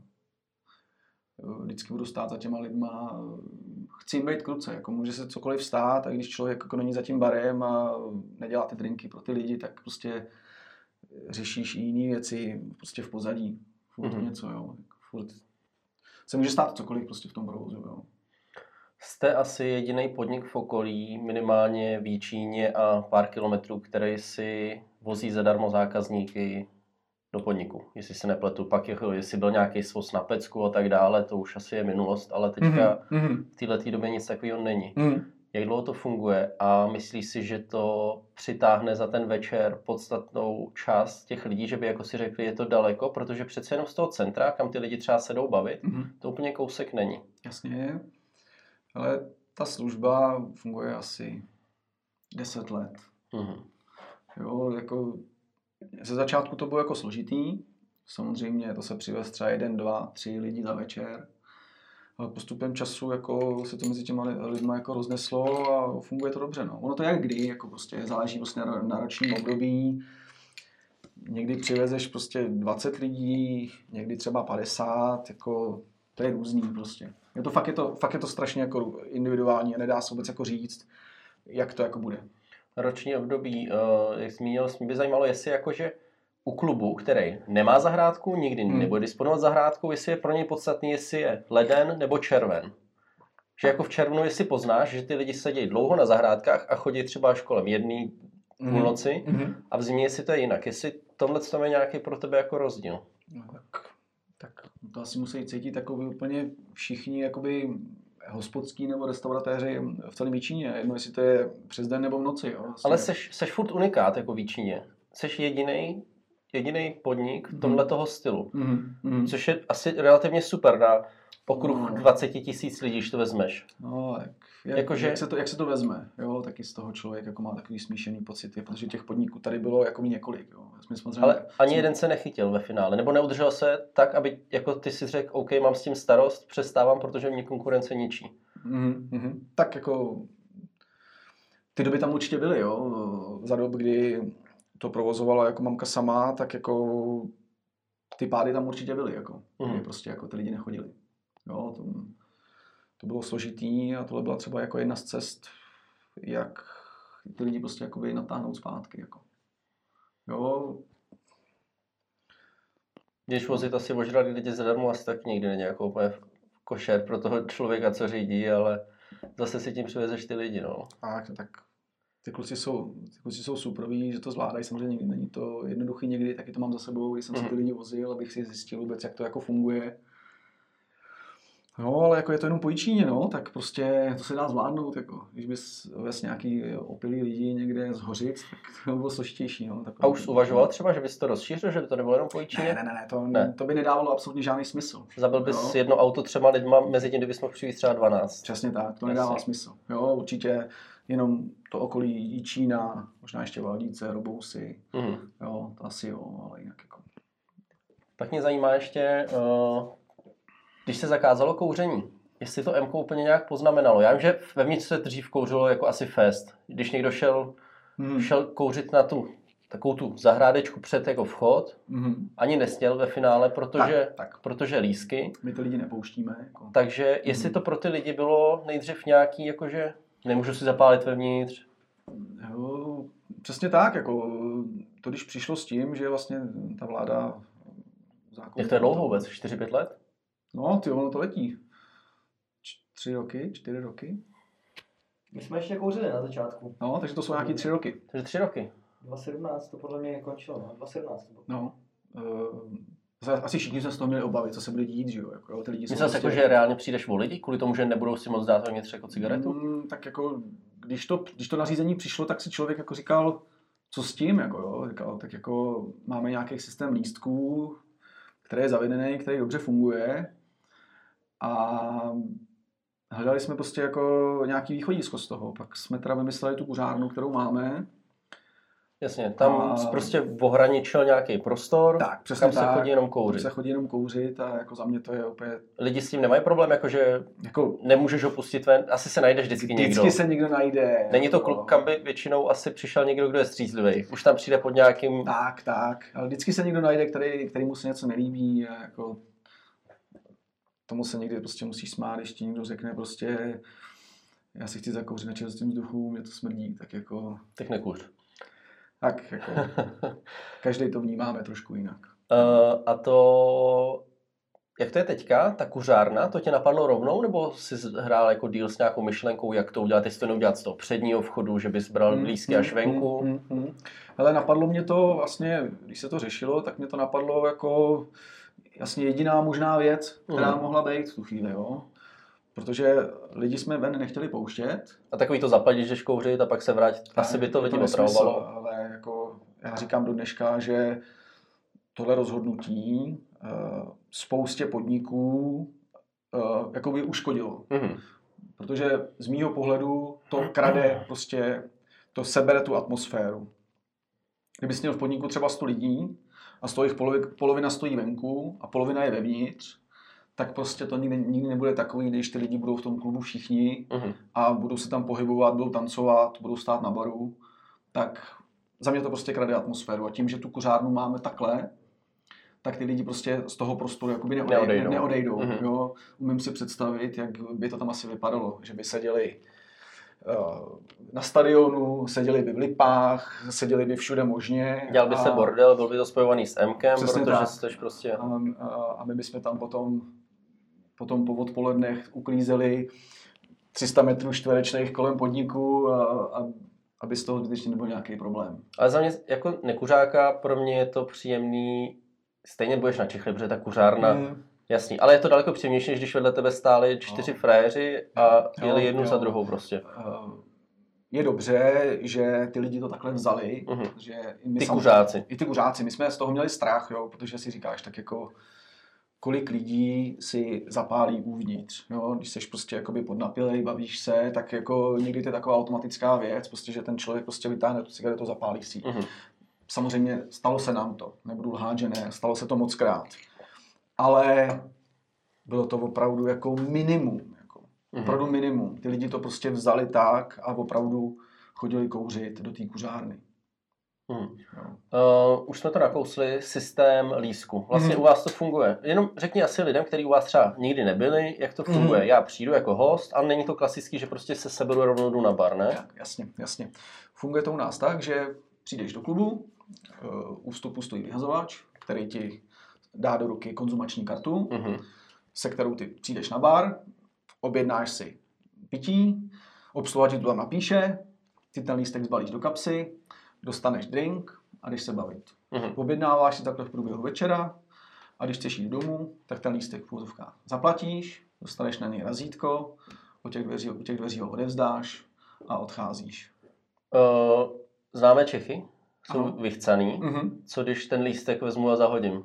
Vždycky budu stát za těma lidma. Chci jim být kruce, jako může se cokoliv stát a když člověk jako není za tím barem a nedělá ty drinky pro ty lidi, tak prostě řešíš i jiné věci prostě v pozadí. Furt něco, jo. Furt se může stát cokoliv prostě v tom provozu, jo. Jste asi jediný podnik v okolí, minimálně v Jičíně a pár kilometrů, který si vozí zadarmo zákazníky do podniku, jestli se nepletu. Pak jestli byl nějaký svoz na pecku a tak dále, to už asi je minulost, ale teďka v této době nic takového není. Jak dlouho to funguje a myslíš si, že to přitáhne za ten večer podstatnou část těch lidí, že by jako si řekli, je to daleko, protože přece jenom z toho centra, kam ty lidi třeba se jdou bavit, to úplně kousek není. Jasně, ale ta služba funguje asi 10 let. Jo, jako ze začátku to bylo jako složitý, samozřejmě to se přivez třeba 1, 2, 3 lidi za večer, ale postupem času jako se to mezi těma lidma jako rozneslo a funguje to dobře. No. Ono to jak kdy, jako prostě záleží prostě na ročním období. Někdy přivezeš prostě 20 lidí, někdy třeba 50, jako to je různý prostě. Fakt je to strašně jako individuální a nedá se vůbec jako říct, jak to jako bude. Roční období, jak zmínil, mě by zajímalo, jestli jakože u klubu, který nemá zahrádku, nikdy nebude disponovat zahrádkou, jestli je pro něj podstatný, jestli je leden nebo červen. Že jako v červnu, jestli poznáš, že ty lidi sedějí dlouho na zahrádkách a chodí třeba až kolem 1, půlnoci a v zimě, jestli to je jinak. Jestli tohle je nějaký pro tebe jako rozdíl. No, tak to asi musí cítit takový úplně všichni jakoby hospodský nebo restauratéři v celém Jičíně. Jedno, jestli to je přes den nebo v noci. Jo. Vlastně. Ale seš furt unikát jako v Jičíně. Seš jediný podnik tomhle toho stylu. Což je asi relativně super na okruh 20 000 lidí, když to vezmeš. No, jak se to vezme, jo, taky z toho člověk jako má takový smíšený pocity, protože těch podniků tady bylo jako několik. Jo. Ale ani jeden se nechytil ve finále, nebo neudržel se tak, aby jako ty si řekl, OK, mám s tím starost, přestávám, protože mě konkurence ničí. Tak jako ty doby tam určitě byly, jo. Za dob, kdy to provozovala jako mamka sama, tak jako ty pády tam určitě byly, jako. Prostě jako ty lidi nechodili. Jo, to bylo složitý a tohle byla třeba jako jedna z cest, jak ty lidi prostě jakoby natáhnout zpátky, jako. Jo. Když vozit asi ožralí lidi zadarmo, asi tak nikdy není jako úplně košer pro toho člověka, co řídí, ale zase si tím přivezeš ty lidi, no. Tak ty kluci jsou superoví, že to zvládají, samozřejmě není to jednoduchý někdy, taky to mám za sebou, když jsem si ty lidi vozil, abych si zjistil vůbec, jak to jako funguje. No, ale jako je to jenom po Jičíně, no, tak prostě to se dá zvládnout, jako. Když bys vez nějaký opilý lidi někde zhořit, tak to by bylo složitější, no. A už uvažoval třeba, že bys to rozšířil, že by to nebylo jenom po Jičíně? Ne, to by nedávalo absolutně žádný smysl. Zabil bys jedno auto 3 lidma, mezi tím, kdybys mohl přivést třeba 12. Přesně tak, to nedává smysl. Jo, určitě jenom to okolí Jičína, možná ještě Valdice, Robousy, jo, to asi jo, ale jinak jako. Tak mě zajímá ještě, když se zakázalo kouření, jestli to Mko úplně nějak poznamenalo. Já vím, že vevnitř se dřív kouřilo jako asi fest. Když někdo šel kouřit na takovou tu zahrádečku před jako vchod, ani nesměl ve finále, protože lístky. My ty lidi nepouštíme. Jako. Takže jestli to pro ty lidi bylo nejdřív nějaký, jakože nemůžu si zapálit vevnitř. Jo, přesně tak, jako to když přišlo s tím, že vlastně ta vláda... Jak to je dlouho vůbec? 4-5 let? No, ono to letí. 4 roky. My jsme ještě kouřili na začátku. No, takže to jsou nějaký 3 roky. Takže 3 roky. 2017 to podle mě končilo, no. 2017 to bylo. No. Asi všichni jsme z toho měli obavy, co se bude dít, že jo. Jako, ty lidi Myslel jsi, jako, že reálně přijdeš o lidi, kvůli tomu, že nebudou si moc dát vevnitř jako cigaretu? Tak jako, když to nařízení přišlo, tak si člověk jako říkal, co s tím, jako jo. Říkal, tak jako máme nějaký systém lístků, který je zavedený, který dobře funguje. A hledali jsme prostě jako nějaký východisko z toho. Pak jsme teda vymysleli tu kuřárnu, kterou máme. Jasně, tam prostě ohraničil nějaký prostor, tak, přesně kam se chodí jenom kouřit. Se chodí jenom kouřit a jako za mě to je opět... Lidi s tím nemají problém, jakože jako nemůžeš ho pustit ven, asi se najdeš vždycky někdo. Vždycky se někdo najde. Není to klub, kam by většinou asi přišel někdo, kdo je střízlivý. Už tam přijde pod nějakým... Tak, ale vždycky se někdo najde, který mu se něco nelíbí a jako... Tomu se někdy prostě musíš smát, když ti někdo řekne prostě já si chci zakouřit na čerstvém vzduchu, mě to smrdí, tak jako... Tak nekuř. Tak jako... Každý to vnímáme trošku jinak. A to... Jak to je teďka, ta kuřárna, to tě napadlo rovnou, nebo jsi hrál jako deal s nějakou myšlenkou, jak to udělat, jestli to neudělat z toho předního vchodu, že bys bral lístky až venku? Hele, napadlo mě to vlastně, když se to řešilo, tak mě to napadlo jako jasně jediná možná věc, která mohla být v tu chvíli, jo. Protože lidi jsme ven nechtěli pouštět. A takový to zaplatíš, že kouřit a pak se vrátit, asi by to lidi otravovalo. Ale jako já říkám do dneška, že tohle rozhodnutí spoustě podniků jakoby uškodilo. Protože z mýho pohledu to krade prostě, to sebere tu atmosféru. Kdybys měl v podniku třeba 100 lidí a z toho jich polovina stojí venku a polovina je vevnitř, tak prostě to nikdy nebude takový, když ty lidi budou v tom klubu všichni a budou se tam pohybovat, budou tancovat, budou stát na baru, tak za mě to prostě krade atmosféru. A tím, že tu kuřárnu máme takhle, tak ty lidi prostě z toho prostoru jakoby neodejdou. Jo? Umím si představit, jak by to tam asi vypadalo, že by seděli na stadionu, seděli by v lipách, seděli by všude možně. Dělal by se bordel, byl by to spojovaný s M-kem, protože jsi prostě... A my bychom tam potom po odpolednech uklízeli 300 metrů čtverečných kolem podniku aby z toho skutečně nebyl nějaký problém. Ale za mě jako nekuřáka, pro mě je to příjemný, stejně budeš na Čechli, protože ta kuřárna, jasný, ale je to daleko příjemnější, než když vedle tebe stáli 4 frajeři a jeli jednu za druhou prostě. Je dobře, že ty lidi to takhle vzali, že I ty kuřáci, my jsme z toho měli strach, jo, protože si říkáš, tak jako kolik lidí si zapálí uvnitř, jo? Když seš prostě jakoby podnapilej, bavíš se, tak jako někdy to je taková automatická věc, prostě, že ten člověk prostě vytáhne tu cigaretu, zapálí si. Samozřejmě stalo se nám to, nebudu lhát, že ne, stalo se to mockrát, ale bylo to opravdu jako minimum, opravdu minimum. Ty lidi to prostě vzali tak a opravdu chodili kouřit do té kuřárny. Už jsme to nakousli, systém lístku. Vlastně u vás to funguje. Jenom řekni asi lidem, kteří u vás třeba nikdy nebyli, jak to funguje. Já přijdu jako host, ale není to klasický, že prostě se seberu rovnou jdu na bar, ne? Jasně. Funguje to u nás tak, že přijdeš do klubu, u vstupu stojí vyhazovač, který ti dá do ruky konzumační kartu, se kterou ty přijdeš na bar, objednáš si pití, obsluha ti to tam napíše, ty ten lístek zbalíš do kapsy, dostaneš drink a jdeš se bavit. Objednáváš si takhle v průběhu večera a když chceš jít domů, tak ten lístek v úzovkách zaplatíš, dostaneš na něj razítko, u těch dveří ho odevzdáš a odcházíš. Známe Čechy? Jsou vychcaný. Co když ten lístek vezmu a zahodím?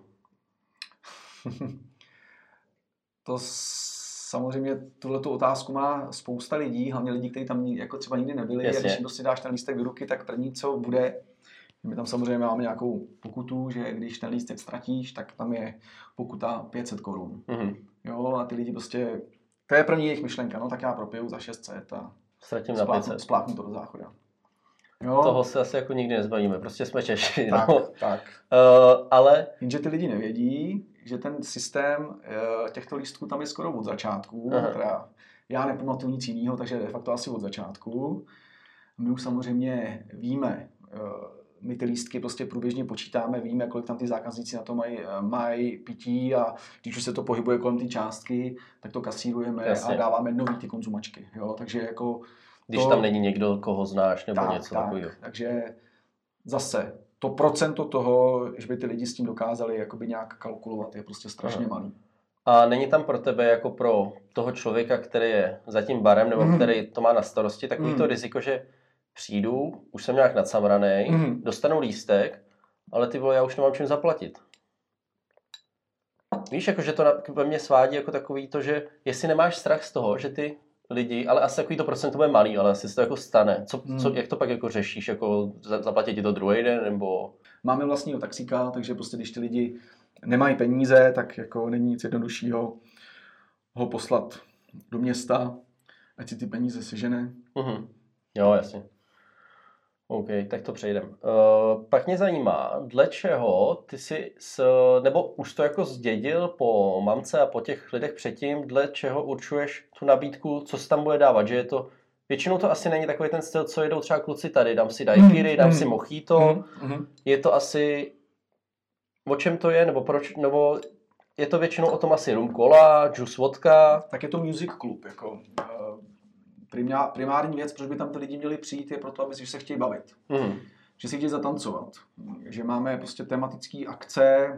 To samozřejmě tuhletu otázku má spousta lidí, hlavně lidí, kteří tam jako třeba nikdy nebyli. Jasně. A když jim prostě dáš ten lístek do ruky, tak první, co bude, my tam samozřejmě máme nějakou pokutu, že když ten lístek ztratíš, tak tam je pokuta 500 korun. Jo, a ty lidi prostě, to je první jejich myšlenka, no tak já propiju za 600 a ztratím na 500. Spláchnu to do záchoda. Jo. Toho se asi jako nikdy nezbavíme, prostě jsme Češi. Tak. Ale... Jenže ty lidi nevědí, že ten systém těchto lístků tam je skoro od začátku. Teda já nepamatuju nic jiného, takže de facto asi od začátku. My už samozřejmě víme, my ty lístky prostě průběžně počítáme, víme, kolik tam ty zákazníci na to mají pití a když už se to pohybuje kolem té částky, tak to kasírujeme a dáváme nový ty konzumačky. Jo? Takže jako když tam není někdo, koho znáš nebo něco takového. Takže zase to procento toho, že by ty lidi s tím dokázali jakoby nějak kalkulovat, je prostě strašně malý. A není tam pro tebe jako pro toho člověka, který je za tím barem nebo který to má na starosti, takový to riziko, že přijdu, už jsem nějak nadsamranej, dostanu lístek, ale ty vole, já už nemám čím zaplatit. Víš, jako, že to ve mně svádí jako takový to, že jestli nemáš strach z toho, že ty lidi, ale asi takový to procento bude malý, ale asi se to jako stane. Jak to pak jako řešíš? Jako zaplatit ti to druhý den, nebo... Máme vlastního taxíka, takže prostě když ty lidi nemají peníze, tak jako není nic jednoduššího ho poslat do města, ať si ty peníze sežene. Jo, jasně. OK, tak to přejdem. Pak mě zajímá, dle čeho ty jsi, nebo už to jako zdědil po mamce a po těch lidech předtím, dle čeho určuješ tu nabídku, co se tam bude dávat, že je to, většinou to asi není takový ten styl, co jedou třeba kluci tady, dám si daiquiri, dám si mojito, je to asi, o čem to je, nebo proč, nebo je to většinou o tom asi rum cola, juice vodka. Tak je to music club, jako... Primární věc, proč by tam ty lidi měli přijít, je proto, aby si se chtějí bavit. Že si chtějí zatancovat. Že máme prostě tematické akce,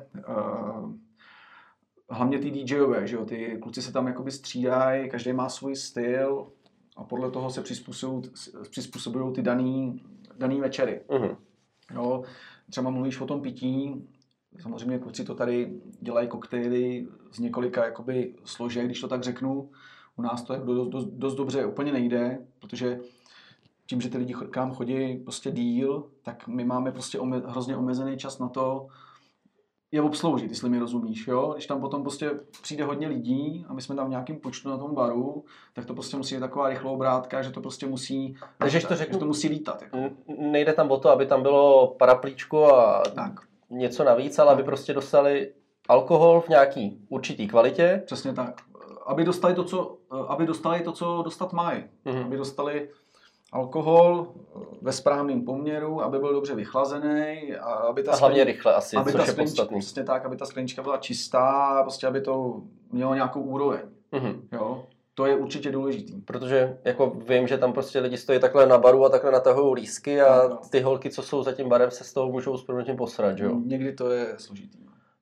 hlavně ty DJové, že jo, ty kluci se tam jakoby střídají, každý má svůj styl a podle toho se přizpůsobují ty daný večery. Jo, třeba mluvíš o tom pití, samozřejmě kluci to tady dělají koktejly z několika jakoby složek, když to tak řeknu. U nás to dost dobře úplně nejde, protože tím, že ty lidi kam chodí prostě díl, tak my máme prostě hrozně omezený čas na to je obsloužit, jestli mi rozumíš, jo? Když tam potom prostě přijde hodně lidí a my jsme tam v nějakém počtu na tom baru, tak to prostě musí být taková rychlou obrátka, že to prostě musí, takže to musí lítat. Jako. Nejde tam o to, aby tam bylo paraplíčko a tak. něco navíc, ale aby prostě dostali alkohol v nějaký určitý kvalitě. Přesně tak. Aby dostali to, co dostat mají. Aby dostali alkohol ve správném poměru, aby byl dobře vychlazený a aby ta hlavně rychle asi, aby což je podstatný. Přesně tak, aby ta sklenička byla čistá, prostě aby to mělo nějakou úroveň. Jo? To je určitě důležitý. Protože jako vím, že tam prostě lidi stojí takhle na baru a takhle natahují lístky a ty holky, co jsou za tím barem, se z toho můžou s proměnutím posrat, že jo? Někdy to je složitý.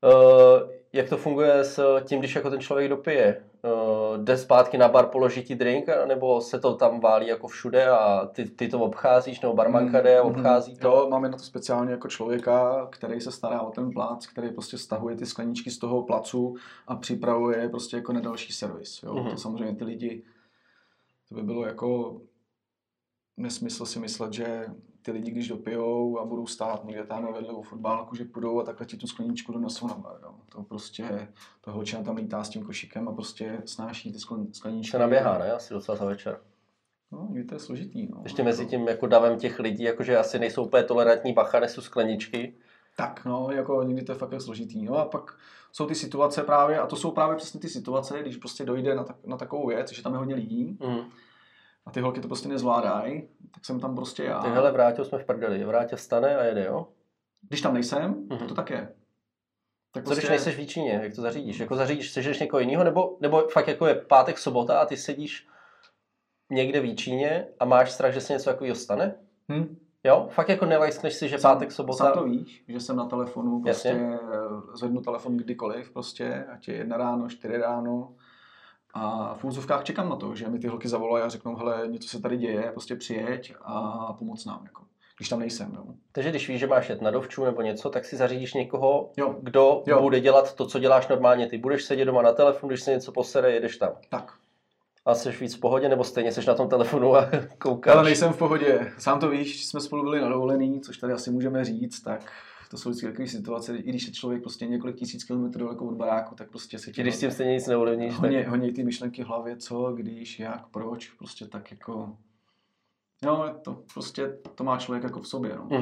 Jak to funguje s tím, když jako ten člověk dopije? Jde zpátky na bar, položí ti drink, nebo se to tam válí jako všude a ty to obcházíš, nebo barmanka jde a obchází to? Jo, máme na to speciálně jako člověka, který se stará o ten plac, který prostě stahuje ty skleničky z toho placu a připravuje prostě jako na další servis. Jo? To samozřejmě ty lidi, to by bylo jako nesmysl si myslet, že ty lidi, když dopijou a budou stát někde tam vedle u fotbálku, že půjdou a takhle ti tu skleničku donesou na bar. Jo. To prostě, ta holčina tam lítá s tím košíkem a prostě snáší ty skleničky. Se naběhá, ne? Asi docela za večer. No, někdy to je složitý. No. Ještě mezi tím jako davem těch lidí, jakože asi nejsou úplně tolerantní bacha, nesou skleničky. Tak, no, jako někdy to je fakt složitý. No a pak jsou ty situace právě, a to jsou právě přesně ty situace, když prostě dojde na takovou věc, že tam je hodně lidí, a ty holky to prostě nezvládají, tak jsem tam prostě já. Ty hele, Vráťo, jsme v prdeli. Vráťo vstane a jede, jo? Když tam nejsem, to tak je. Tak co když nejseš v Jíčíně, jak to zařídíš? Jako zařídíš, sežeš někoho jiného, nebo fakt jako je pátek, sobota a ty sedíš někde v Jíčíně a máš strach, že se něco takového stane? Jo? Fakt jako nelajskneš si, že pátek, sobota... Sám to víš, že jsem na telefonu, prostě zvednu telefon kdykoliv, prostě, ať je 1 ráno, 4 ráno. A v úzovkách čekám na to, že mi ty holky zavolají a řeknou, hele, něco se tady děje, prostě přijeď a pomoc nám, jako, když tam nejsem. Jo. Takže když víš, že máš jet na dovču nebo něco, tak si zařídíš někoho, kdo bude dělat to, co děláš normálně. Ty budeš sedět doma na telefonu, když se něco posere, jedeš tam. Tak. A jsi víc v pohodě, nebo stejně jsi na tom telefonu a koukáš? Ale nejsem v pohodě. Sám to víš, jsme spolu byli na dovolený, což tady asi můžeme říct, tak to jsou vždycky takové situace, i když je člověk prostě několik tisíc kilometrů daleko od baráku, tak prostě se když s tím stejně nic neovlivníš. Honí ty myšlenky v hlavě, co, když, jak, proč, prostě tak jako... No, to prostě, to má člověk jako v sobě, no.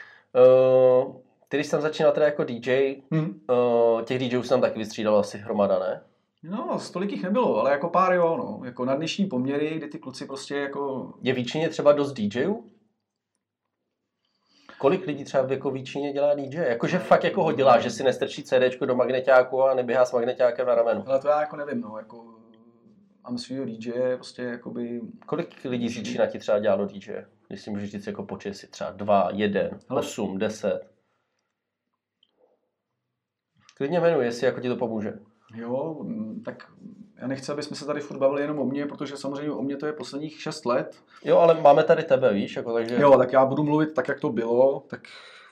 Ty, když jsem začínal teda jako DJ, těch DJů se tam taky vystřídalo asi hromada, ne? No, tolik jich nebylo, ale jako pár jo, no. Jako na dnešní poměry, kdy ty kluci prostě jako... Je v Jíčíně třeba dost DJů? Kolik lidí třeba v věkový Číně dělá DJ? Jakože fakt jako ho dělá, že si nestrčí CDčko do magneťáku a neběhá s magneťákem na ramenu. Ale to já jako nevím, no, jako mám svýho DJ, prostě jakoby... Kolik lidí z Čína ti třeba dělá do DJ? Když si můžeš říct jako počet si třeba 2, 1, 8, 10. Klidně jmenuji, jestli jako ti to pomůže. Jo, tak já nechci, aby jsme se tady furt bavili jenom o mně, protože samozřejmě o mně to je posledních 6 let. Jo, ale máme tady tebe, víš, jako takže... Jo, tak já budu mluvit tak, jak to bylo, tak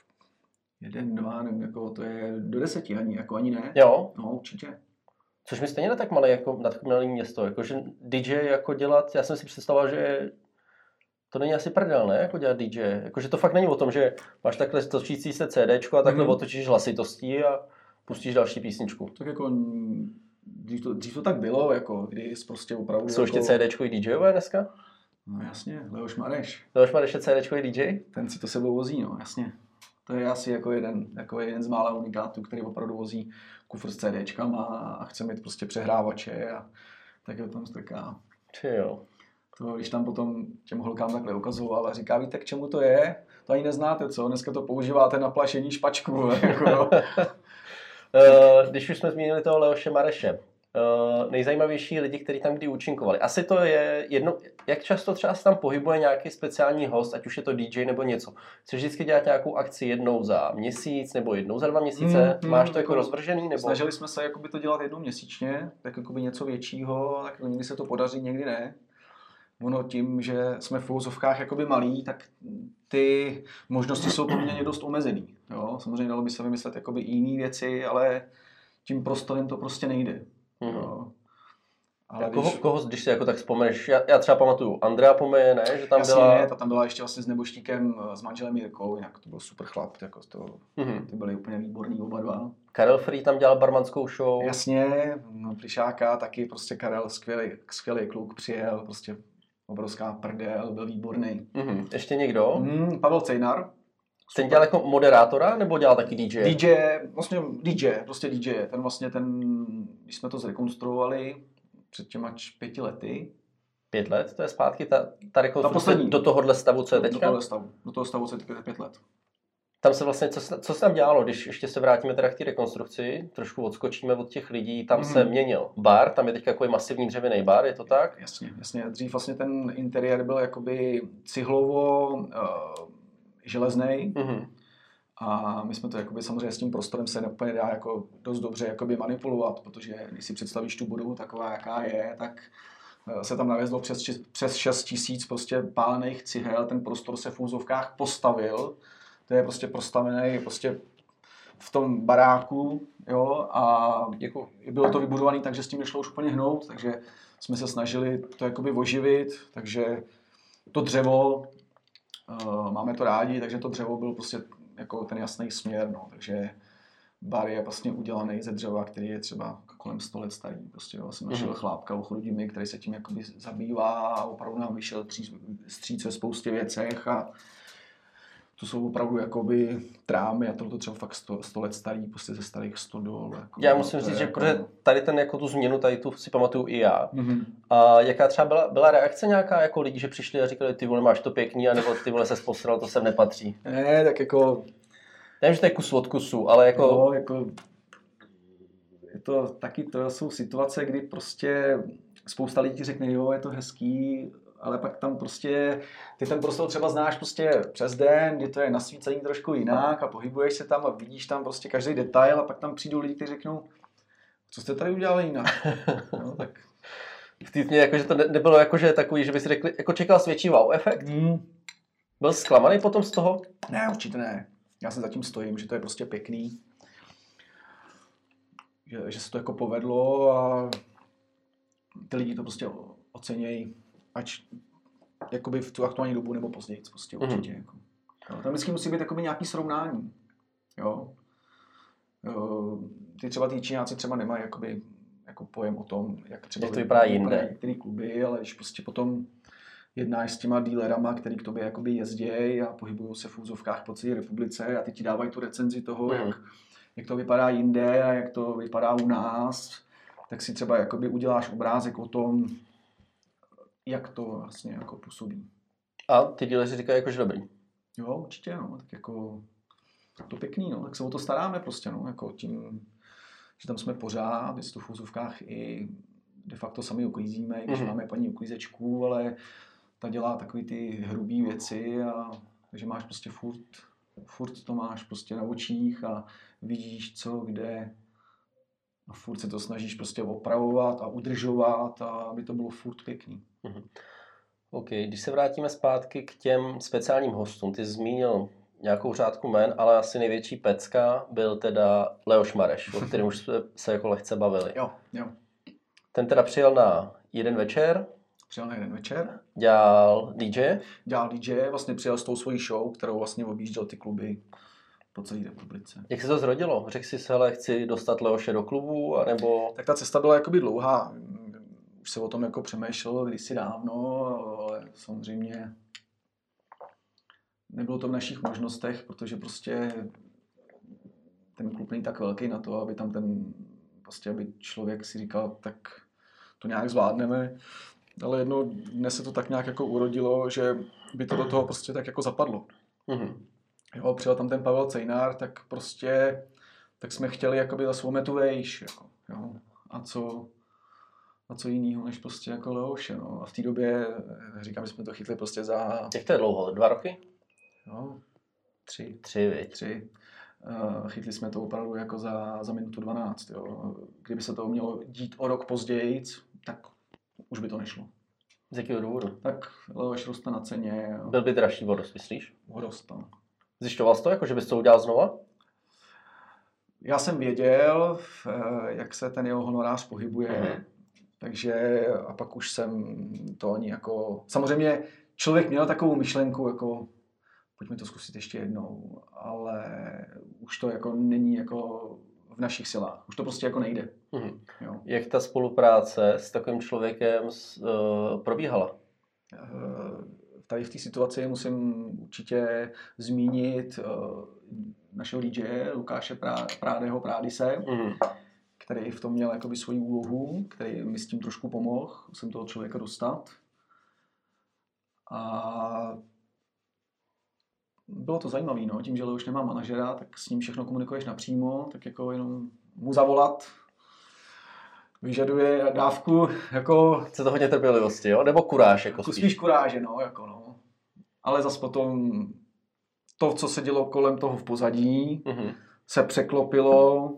1, 2, nevím, jako to je do 10 ani, jako ani ne. Jo. No, určitě. Což mi stejně na tak malé, jako na tak malé město, jakože DJ jako dělat, já jsem si představoval, že to není asi prdel, ne, jako dělat DJ, jakože to fakt není o tom, že máš takhle točící se CDčko a takhle otočíš hlasitostí a pustíš další písničku. Tak jako dřív to tak bylo, jako když prostě opravdu... Jsou jako... ještě CDčkový DJové dneska? No jasně, Leoš Mareš. Leoš Mareš je CDčkový DJ? Ten si to sebou vozí, no jasně. To je asi jako jeden z mála unikátů, který opravdu vozí kufr s CDčkama a chce mít prostě přehrávače a tak je tam strká. Jo. To, když tam potom těm holkám takhle ukazoval a říká, víte, k čemu to je? To ani neznáte, co? Dneska to používáte na plašení špačku. Jako, no. Když už jsme zmínili toho Leoše Mareše, nejzajímavější lidi, kteří tam kdy účinkovali. Asi to je jedno, jak často třeba se tam pohybuje nějaký speciální host, ať už je to DJ nebo něco. Chceš vždycky dělat nějakou akci jednou za měsíc nebo jednou za 2 měsíce? Máš to jako rozvržený? Nebo... Snažili jsme se jakoby to dělat jednou měsíčně, tak jakoby něco většího, tak někdy se to podaří, někdy ne. Ono tím, že jsme v uvozovkách jakoby malí, tak ty možnosti jsou poměrně dost omezený. Jo? Samozřejmě dalo by se vymyslet jakoby i jiné věci, ale tím prostorem to prostě nejde. Jo? Ale když si jako tak vzpomeneš, já třeba pamatuju Andrea Pomeje, ne? Že tam jasně, byla... ta tam byla ještě vlastně s Neboštíkem, s manželem Jirkou, jinak to byl super chlap, jako ty byli úplně výborní oba dva. Karel Free tam dělal barmanskou show. Jasně, no, Plišáka taky, prostě Karel, skvělý kluk, přijel, prostě obrovská prdel, byl výborný. Ještě někdo? Pavel Cejnar. Ten dělal jako moderátora, nebo dělal taky DJ? Prostě DJ. Když jsme to zrekonstruovali před těma 5 lety. 5 let? To je zpátky ta rekonstrukce poslední. do tohohle stavu, co je teďka? Do toho stavu, co je teďka 5 let. Tam se vlastně, co se tam dělalo, když ještě se vrátíme teda k té rekonstrukci, trošku odskočíme od těch lidí, tam se měnil bar, tam je teď takový masivní dřevěný bar, je to tak? Jasně. Dřív vlastně ten interiér byl jakoby cihlovo železnej. A my jsme to jakoby, samozřejmě s tím prostorem se úplně dá jako dost dobře jakoby manipulovat, protože když si představíš tu budovu taková, jaká je, tak se tam navezlo přes 6 000 prostě pálených cihel, ten prostor se v úzovkách postavil, to je prostě postavený prostě v tom baráku, jo, a jako bylo to vybudované tak, že s tím nešlo už úplně hnout, takže jsme se snažili to jakoby oživit, takže to dřevo, máme to rádi, takže to dřevo byl prostě jako ten jasný směr, no, takže bar je vlastně udělaný ze dřeva, který je třeba kolem 100 let starý, prostě jo, jsem našel chlápka u Chrudimi, který se tím jakoby zabývá a opravdu nám vyšel vstříc ve spoustě věcech a to jsou opravdu jakoby trámy a tohle třeba fakt 100 let starý, prostě ze starých stodol. Jako, já musím říct, že jako... tady ten jako tu změnu, tady tu si pamatuju i já. A jaká třeba byla reakce nějaká jako lidí, že přišli a říkali, ty vole, máš to pěkný, anebo ty vole ses posral, to sem nepatří. Ne, tak jako... Nevím, že to je kus od kusu, ale jako... No, jako... Je to taky, to jsou situace, kdy prostě spousta lidí řekne, jo, je to hezký, ale pak tam prostě, ty ten prostor třeba znáš prostě přes den, kdy to je nasvícení trošku jinak a pohybuješ se tam a vidíš tam prostě každý detail a pak tam přijdou lidi, kteří řeknou, co jste tady udělali jinak? No, tak... Vtipně, jakože to nebylo jakože takový, že by si řekli, jako čekal si větší wow efekt? Byl zklamaný potom z toho? Ne, určitě ne. Já se zatím stojím, že to je prostě pěkný. Že se to jako povedlo a ty lidi to prostě ocenějí, ať jakoby v tu aktuální dobu nebo později, prostě určitě. Jako. Tam vždycky musí být jakoby nějaký srovnání. Jo? Třeba ty Číňáci třeba nemají jakoby, jako pojem o tom, jak třeba to vypadá jinde. Některé kluby, ale když prostě potom jednáš s těma dílerama, který k tobě jakoby jezdějí a pohybují se v úzovkách po celé republice a ty ti dávají tu recenzi toho, jak to vypadá jinde a jak to vypadá u nás, tak si třeba jakoby uděláš obrázek o tom, jak to vlastně jako působí. A ty díleři říkají jakože dobrý. Jo, určitě, no, tak jako to pěkný, no, tak se o to staráme prostě, no, jako tím, že tam jsme pořád, jestli to v úzovkách i de facto sami uklízíme, i když máme paní uklízečku, ale ta dělá takový ty hrubý věci a takže máš prostě furt to máš prostě na očích a vidíš co, kde a furt se to snažíš prostě opravovat a udržovat a aby to bylo furt pěkný. OK, když se vrátíme zpátky k těm speciálním hostům, ty jsi zmínil nějakou řádku jmen, ale asi největší pecka byl teda Leoš Mareš, o kterém už se jako lehce bavili. Jo. Ten teda přijel na jeden večer. Dělal DJ, vlastně přijel s tou svojí show, kterou vlastně objížděl ty kluby po celé republice. Jak se to zrodilo? Řekl jsi se, hele, chci dostat Leoše do klubu, anebo... Tak ta cesta byla jakoby dlouhá. Už se o tom jako přemýšlelo kdysi dávno, ale samozřejmě nebylo to v našich možnostech, protože prostě ten klub není tak velký na to, aby tam aby člověk si říkal, tak to nějak zvládneme. Ale jednou dnes se to tak nějak jako urodilo, že by to do toho prostě tak jako zapadlo. Jo, přijel tam ten Pavel Cejnár, tak jsme chtěli jakoby za svou metu vejš, jako, jo. A co jinýho, než prostě jako Leoše, no. A v té době, říkám, že jsme to chytli prostě za... Jak to je dlouho? 2 roky? Jo, 3. 3. Chytli jsme to opravdu jako za minutu 12, jo. Kdyby se to mělo dít o rok později, tak už by to nešlo. Z jakého důvodu? Tak Leoš roste na ceně. Jo. Byl by dražší o dost, myslíš? O dost, no. Zjišťoval jsi to, jako že bys to udělal znova? Já jsem věděl, jak se ten jeho honorář pohybuje, takže a pak už jsem to ani jako... Samozřejmě člověk měl takovou myšlenku, jako pojďme to zkusit ještě jednou, ale už to jako není jako v našich silách. Už to prostě jako nejde. Jo. Jak ta spolupráce s takovým člověkem probíhala? Tady v té situaci musím určitě zmínit našeho DJ Lukáše Prádise, který v tom měl jakoby svoji úlohu, který mi s tím trošku pomohl, jsem toho člověka dostat. A bylo to zajímavé, no. Tím, že už nemá manažera, tak s ním všechno komunikuješ napřímo, tak jako jenom mu zavolat, vyžaduje dávku, jako... Chce to hodně trpělivosti, jo? Nebo kuráž, jako spíš kuráže, no, jako no. Ale zas potom to, co se dělo kolem toho v pozadí, se překlopilo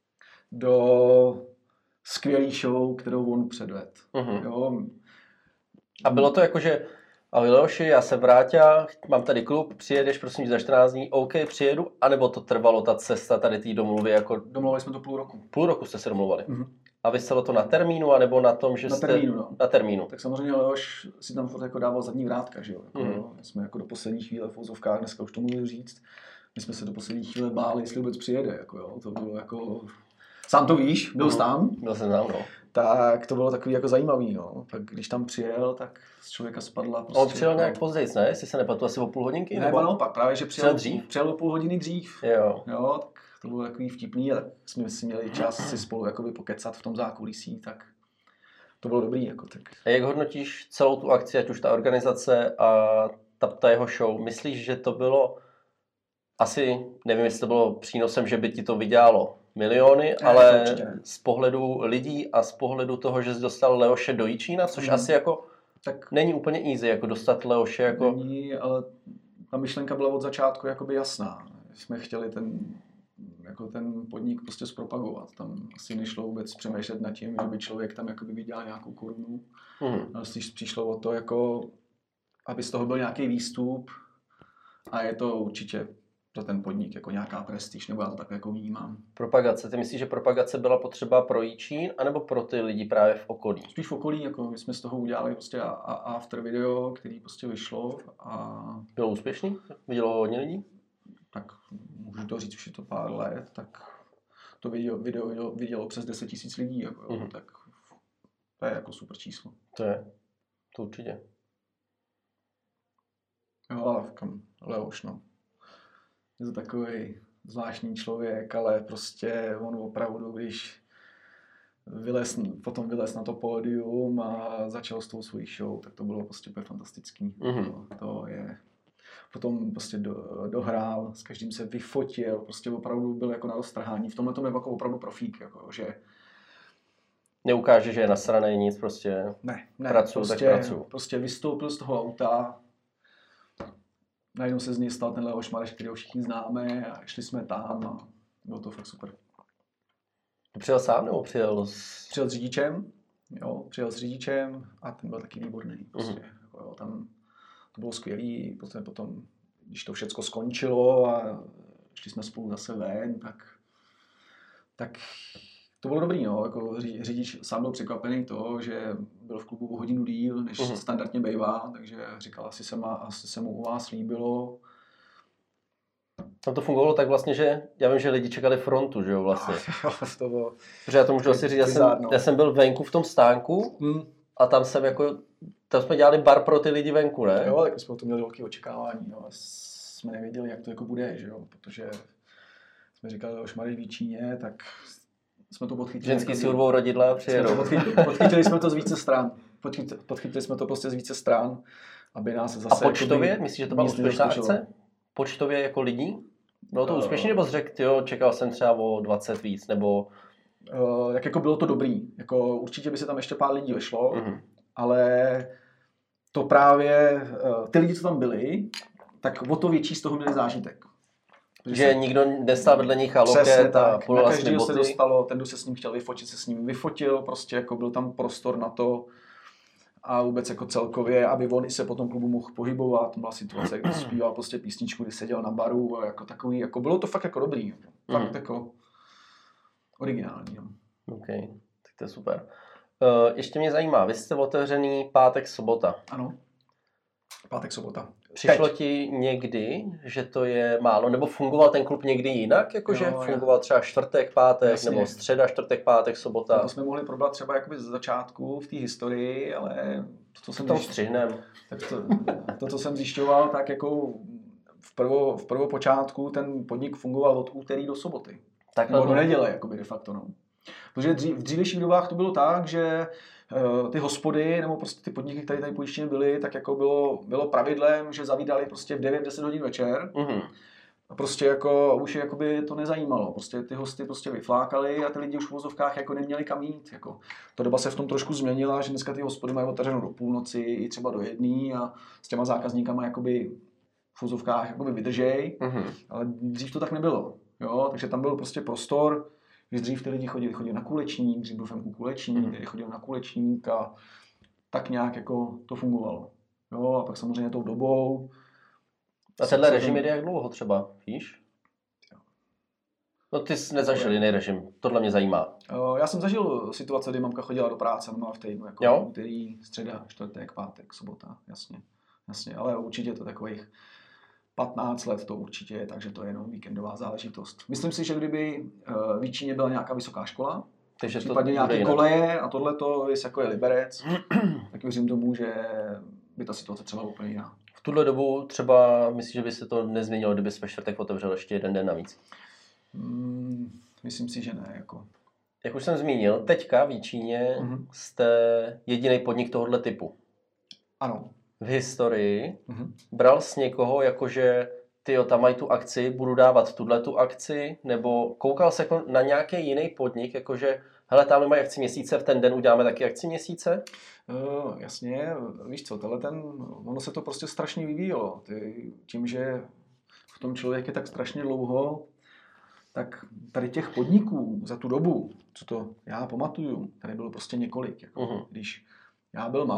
do skvělý show, kterou on předvedl. Jo. A bylo to jako, že ahoj Leoši, já jsem Vráťa, mám tady klub, přijedeš prosím za 14 dní, OK, přijedu, anebo to trvalo ta cesta tady té domluvy jako... Domluvili jsme to půl roku. Půl roku jste se domluvali. A vyselo to na termínu, anebo na tom, že jste... Termínu, no. Na termínu. Tak samozřejmě Leoš si tam furt jako dával zadní vrátka, že jo. Jako, jsme jako do poslední chvíle v úzovkách, dneska už to můžu říct, my jsme se do poslední chvíle báli, jestli vůbec přijede, jako jo. To bylo jako... Sám to víš, byl jsi tam. Byl jsem tam, no. Tak to bylo takový jako zajímavý, no. Tak když tam přijel, tak z člověka spadla prostě... On přijel nějak později, ne? Jestli se nepletu, asi o půl hodinky? Ne, nebo naopak, právě, že přijel o půl hodiny dřív. Jo. Jo, tak to bylo takový vtipný, a tak jsme si měli čas si spolu jakoby pokecat v tom zákulisí, tak to bylo dobrý, jako tak. A jak hodnotíš celou tu akci, ať už ta organizace a ta jeho show? Myslíš, že to bylo asi, nevím, jestli to bylo přínosem, že by ti to vydělalo miliony, ne, ale z pohledu lidí a z pohledu toho, že jsi dostal Leoše do Jičína, což asi jako tak není úplně easy, jako dostat Leoše jako... Není, ale ta myšlenka byla od začátku jakoby jasná. Jsme chtěli ten podnik prostě zpropagovat. Tam asi nešlo vůbec přemýšlet nad tím, že by člověk tam jakoby vydělal nějakou korunu. Ale spíš přišlo o to, jako, aby z toho byl nějaký výstup a je to určitě pro ten podnik jako nějaká prestiž, nebo já to tak jako vnímám. Propagace. Ty myslíš, že propagace byla potřeba pro Jičín, anebo pro ty lidi právě v okolí? Spíš v okolí, jako my jsme z toho udělali prostě after video, který prostě vyšlo a... Bylo úspěšný? Vidělo hodně lidí? Tak můžu to říct, už je to pár let, tak to video vidělo přes 10 000 lidí, jako, tak to je jako super číslo. To určitě. Jo, ale Leoš, no. Je to takový zvláštní člověk, ale prostě on opravdu, když potom vylez na to pódium a začal s tou svojí show, tak to bylo prostě fantastický. To je... potom prostě dohrál, s každým se vyfotil, prostě opravdu byl jako na roztrhání. V tomhle tom je jako opravdu profík, jako, že Neukáže, že je nasraný nic, prostě ne, pracuju, tak pracuju. Prostě vystoupil z toho auta, najednou se z něj stal ten Leoš Mareš, kterého všichni známe a šli jsme tam a bylo to fakt super. Přijel sám nebo přijel Přijel s řidičem, a ten byl taky výborný. Prostě, jako, jo, tam to bylo skvělý, potom, když to všechno skončilo a šli jsme spolu zase ven, tak to bylo dobrý, no, jako řidič sám byl překvapený to, že byl v klubu o hodinu díl, než standardně bývá, takže říkal, asi se mu u vás líbilo. Tam to fungovalo tak vlastně, že já vím, že lidi čekali frontu, že jo, vlastně. To bylo... Protože já to můžu asi říct, já jsem byl venku v tom stánku a tam jsme dělali bar pro ty lidi venku, ne? Jo, tak jsme to měli velké očekávání, no, a jsme nevěděli, jak to jako bude, že jo, protože jsme říkali, už Mareš v Jíčíně, tak jsme to podchytili. Ženský si urvou rodidla a přijedou. Podchytili jsme to z více stran. Podchytili jsme to prostě z více stran, aby nás zase... A počtově? Myslíš, že to byla úspěšná akce? Počtově jako lidí? Bylo to úspěšný, nebo jsi řekl, jo, čekal jsem třeba o 20 víc, nebo... Tak jako bylo to dobrý. Jako určitě by se tam ještě pár lidí vešlo, ale to právě, ty lidi, co tam byli, tak o to větší z toho měli zážitek. Že nikdo nestál vedle nich a loket a na každého se dostalo, ten, kdo se s ním chtěl vyfotit, se s ním vyfotil, prostě jako byl tam prostor na to a vůbec jako celkově, aby on i se po tom klubu mohl pohybovat. To byla situace, kdy zpíval prostě písničku, kdy seděl na baru a jako takový, jako bylo to fakt jako dobrý, fakt jako originální. No. OK, tak to je super. Ještě mě zajímá, vy jste otevřený pátek, sobota. Ano, pátek, sobota. Přišlo ti někdy, že to je málo, nebo fungoval ten klub někdy jinak, jakože fungoval třeba čtvrtek, pátek, jasně, nebo středa, čtvrtek, pátek, sobota? To jsme mohli probrat třeba jakoby z začátku v té historii, ale to jsem to, co jsem zjišťoval, tak jako v prvopočátku ten podnik fungoval od úterý do soboty. Nebo do neděle, jakoby de facto, no. Protože v dřívějších dobách to bylo tak, že ty hospody nebo prostě ty podniky, které tady pojištěny byly, tak jako bylo pravidlem, že zavírali prostě v 9-10 hodin večer. A prostě jako už je jakoby to nezajímalo. Prostě ty hosty prostě vyflákali a ty lidi už v vozovkách jako neměli kam jít. Jako. Ta doba se v tom trošku změnila, že dneska ty hospody mají otevřeno do půlnoci i třeba do 1 a s těma zákazníkama jakoby v vozovkách jakoby vydržej. Ale dřív to tak nebylo. Jo? Takže tam byl prostě prostor, když dřív ty lidi chodili na kulečník, dřív byl Femku kulečník, který chodil na kulečník a tak nějak jako to fungovalo. Jo? A pak samozřejmě tou dobou. A tenhle režim jde jak dlouho třeba, víš? No ty jsi nezažil jiný režim, tohle mě zajímá. Já jsem zažil situace, kdy mamka chodila do práce, no v týdnu, jako úterý, středa, čtvrtek, pátek, sobota, jasně, ale určitě to takových 15 let to určitě je, takže to je jenom víkendová záležitost. Myslím si, že kdyby v Jíčíně byla nějaká vysoká škola, takže případně nějaké koleje a tohleto, jestli jako je Liberec, tak věřím tomu, že by ta situace třeba úplně jiná. V tuhle dobu třeba myslíš, že by se to nezměnilo, kdyby se ve čtvrtek otevřel ještě jeden den navíc? Myslím si, že ne. Jako. Jak už jsem zmínil, teďka v Jíčíně jste jediný podnik tohohle typu. Ano. V historii bral jsi někoho, jakože tyjo, tam mají tu akci, budu dávat tu akci, nebo koukal se jako na nějaký jiný podnik, jakože hele, tam mají akci měsíce, v ten den uděláme taky akci měsíce? Jasně, víš co, ono se to prostě strašně vyvíjelo. Tím, že v tom člověk je tak strašně dlouho, tak tady těch podniků za tu dobu, co to já pamatuju, tady bylo prostě několik. Jako, když já byl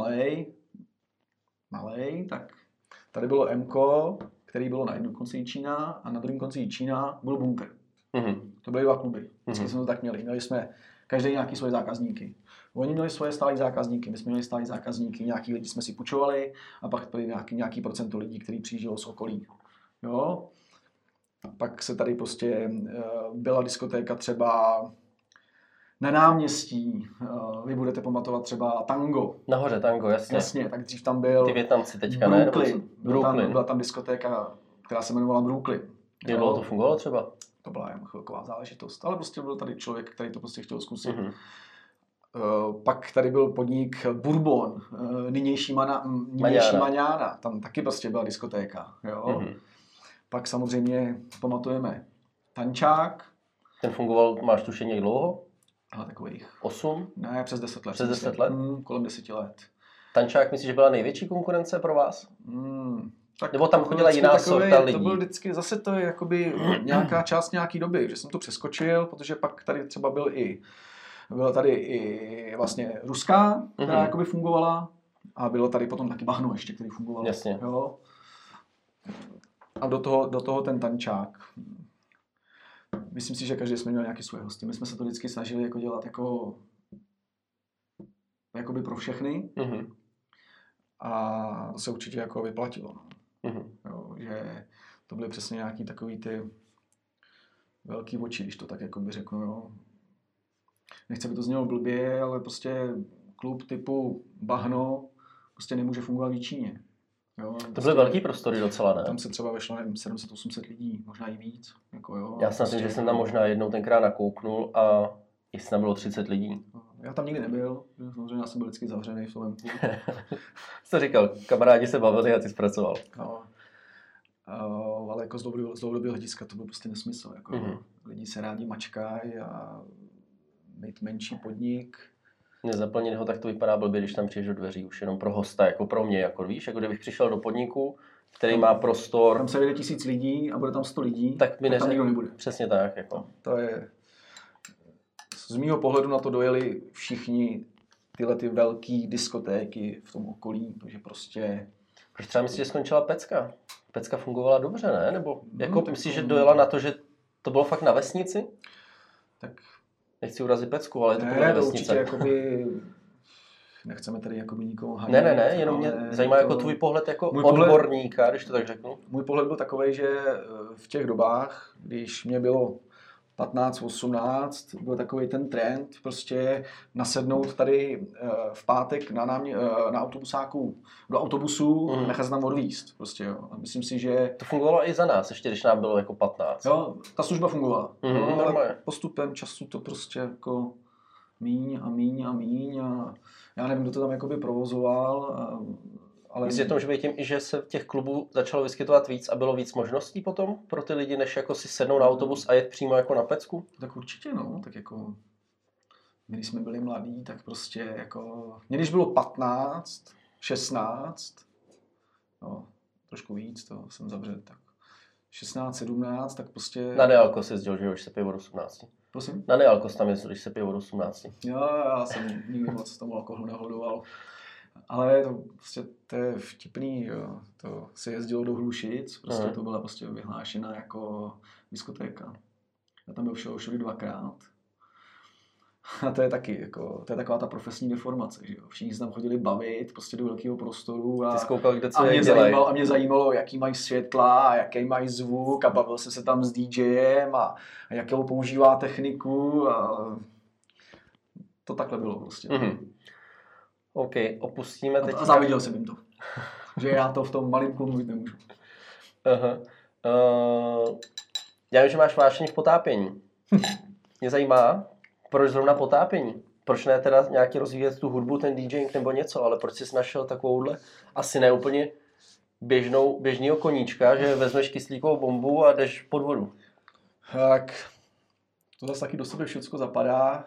malej, tak tady bylo MKO, který bylo na jednom konci Jíčína a na druhém konci Jíčína byl Bunkr. To byly 2 kluby. Vždycky jsme to tak měli. Měli jsme každý nějaký svoje zákazníky. Oni měli svoje stálé zákazníky, my jsme měli stálé zákazníky, nějaký lidi jsme si půjčovali a pak byli nějaký procento lidí, kteří přijíždělo z okolí. Jo? A pak se tady prostě byla diskotéka třeba na náměstí, vy budete pamatovat třeba Tango. Nahoře Tango, jasně. Jasně, tak dřív tam byl ty Vietnamci teďka, Brooklyn. Byla tam diskotéka, která se jmenovala Brooklyn. Jak dlouho to fungovalo třeba? To byla jen chvilková záležitost, ale prostě byl tady člověk, který to prostě chtěl zkusit. Pak tady byl podnik Bourbon, nynější Maňána. Tam taky prostě byla diskotéka. Jo? Mhm. Pak samozřejmě pamatujeme Tančák. Ten fungoval, máš tušení jak dlouho? Ale takových 8? Ne, přes 10 let. Přes 10 let? Kolem 10 let. Tančák myslíš, že byla největší konkurence pro vás? Tak Nebo tam chodila jiná sorta lidí? To byl vždycky, zase to je jakoby nějaká část nějaký doby, že jsem to přeskočil, protože pak tady třeba byla tady i vlastně ruská, která jakoby fungovala, a bylo tady potom taky bahno ještě, který fungoval. Jasně. Jo. A do toho ten Tančák. Myslím si, že každý jsme měl nějaký svoje hosty. My jsme se to vždycky snažili jako dělat jakoby pro všechny. Mhm. A to se určitě jako vyplatilo. No. Mhm. Jo, že to byly přesně nějaký takový ty velký oči, když to tak jako by řeknu. Jo. Nechci, by to znělo blbě, ale prostě klub typu Bahno prostě nemůže fungovat v Číně. Jo, To prostě byly velký prostory docela, ne? tam se třeba vešlo, nevím, 700-800 lidí, možná i víc. Jako jo, Já si myslím, že jsem tam možná jednou tenkrát nakouknul a jestli tam bylo 30 lidí. Já tam nikdy nebyl, samozřejmě já jsem byl vždycky zavřený v tom. Co to říkal, kamarádi se bavili a ty zpracoval. No. Ale jako z dlouhodobého hlediska to byl prostě nesmysl. Jako, lidi se rádi mačkají a mít menší podnik. Nezaplnit ho, tak to vypadá blbě, když tam přijdeš do dveří, už jenom pro hosta, jako pro mě, jako víš, jako kdybych přišel do podniku, který má prostor. Tam se vejde 1000 lidí a bude tam 100 lidí, tak mi tam nikdo nebude. Přesně tak, jako. To je, z mýho pohledu na to dojeli všichni tyhle ty velký diskotéky v tom okolí, takže prostě... Proč třeba myslíš, že skončila Pecka? Pecka fungovala dobře, ne? Nebo jako tak myslíš, to- že dojela na to, že to bylo fakt na vesnici? Tak Nechci urazit Pecku, ale je to podle ne, mě to určitě vesnice. jakoby... Nechceme tady jakoby nikoho hanit. Ne, jenom mě ale zajímá to- jako tvůj pohled jako můj pohled- odborníka, když to tak řeknu. Můj pohled byl takový, že v těch dobách, když mě bylo 15, 18, byl takový ten trend prostě nasednout tady v pátek na autobusáku do autobusu a nechat se tam odvízt. Prostě, jo. A myslím si, že To fungovalo i za nás, ještě když nám bylo jako 15. jo, ta služba fungovala. Mhm, ale normálně. postupem času to prostě jako míň a já nevím, kdo to tam jakoby provozoval, ale Myslíš, že to může být tím, i že se těch klubů začalo vyskytovat víc a bylo víc možností potom pro ty lidi, než jako si sednout na autobus a jet přímo jako na Pecku? tak určitě no, tak jako my, když jsme byli mladí, tak prostě jako, mě když bylo 15, 16, no, trošku víc, to jsem zavřel, tak 16, 17, tak prostě... Na Nealko se jezdil, že jo, když se pije od 18. Prosím? Na Nealko tam jezdil, když se pije od 18. Jo, já jsem nikdy moc tomu alkoholu nehodoval. Ale to, prostě, to je vtipný, jo. To se jezdilo do Hlušic, prostě to byla prostě vyhlášená jako diskotéka. Já tam byl všude dvakrát. A to je taky, jako, to je taková ta profesní deformace, že jo. Všichni se tam chodili bavit, prostě do velkého prostoru Ty zkoukal, kde co a jak dělají. mě zajímalo, jaký mají světla a jaký mají zvuk a bavil se tam s DJem a jakou používá techniku a to takhle bylo prostě. Mhm. OK, opustíme teď. A záviděl jsem jim to, že já to v tom malém klubu mít nemůžu. Aha. Já vím, že máš vášeň v potápění. Mě zajímá, proč zrovna potápění? Proč ne teda nějaký rozvíjet tu hudbu, ten DJing nebo něco, ale proč jsi našel takovouhle asi ne úplně běžnýho koníčka, že vezmeš kyslíkovou bombu a jdeš pod vodu? Tak, to zase taky do sebe všecko zapadá.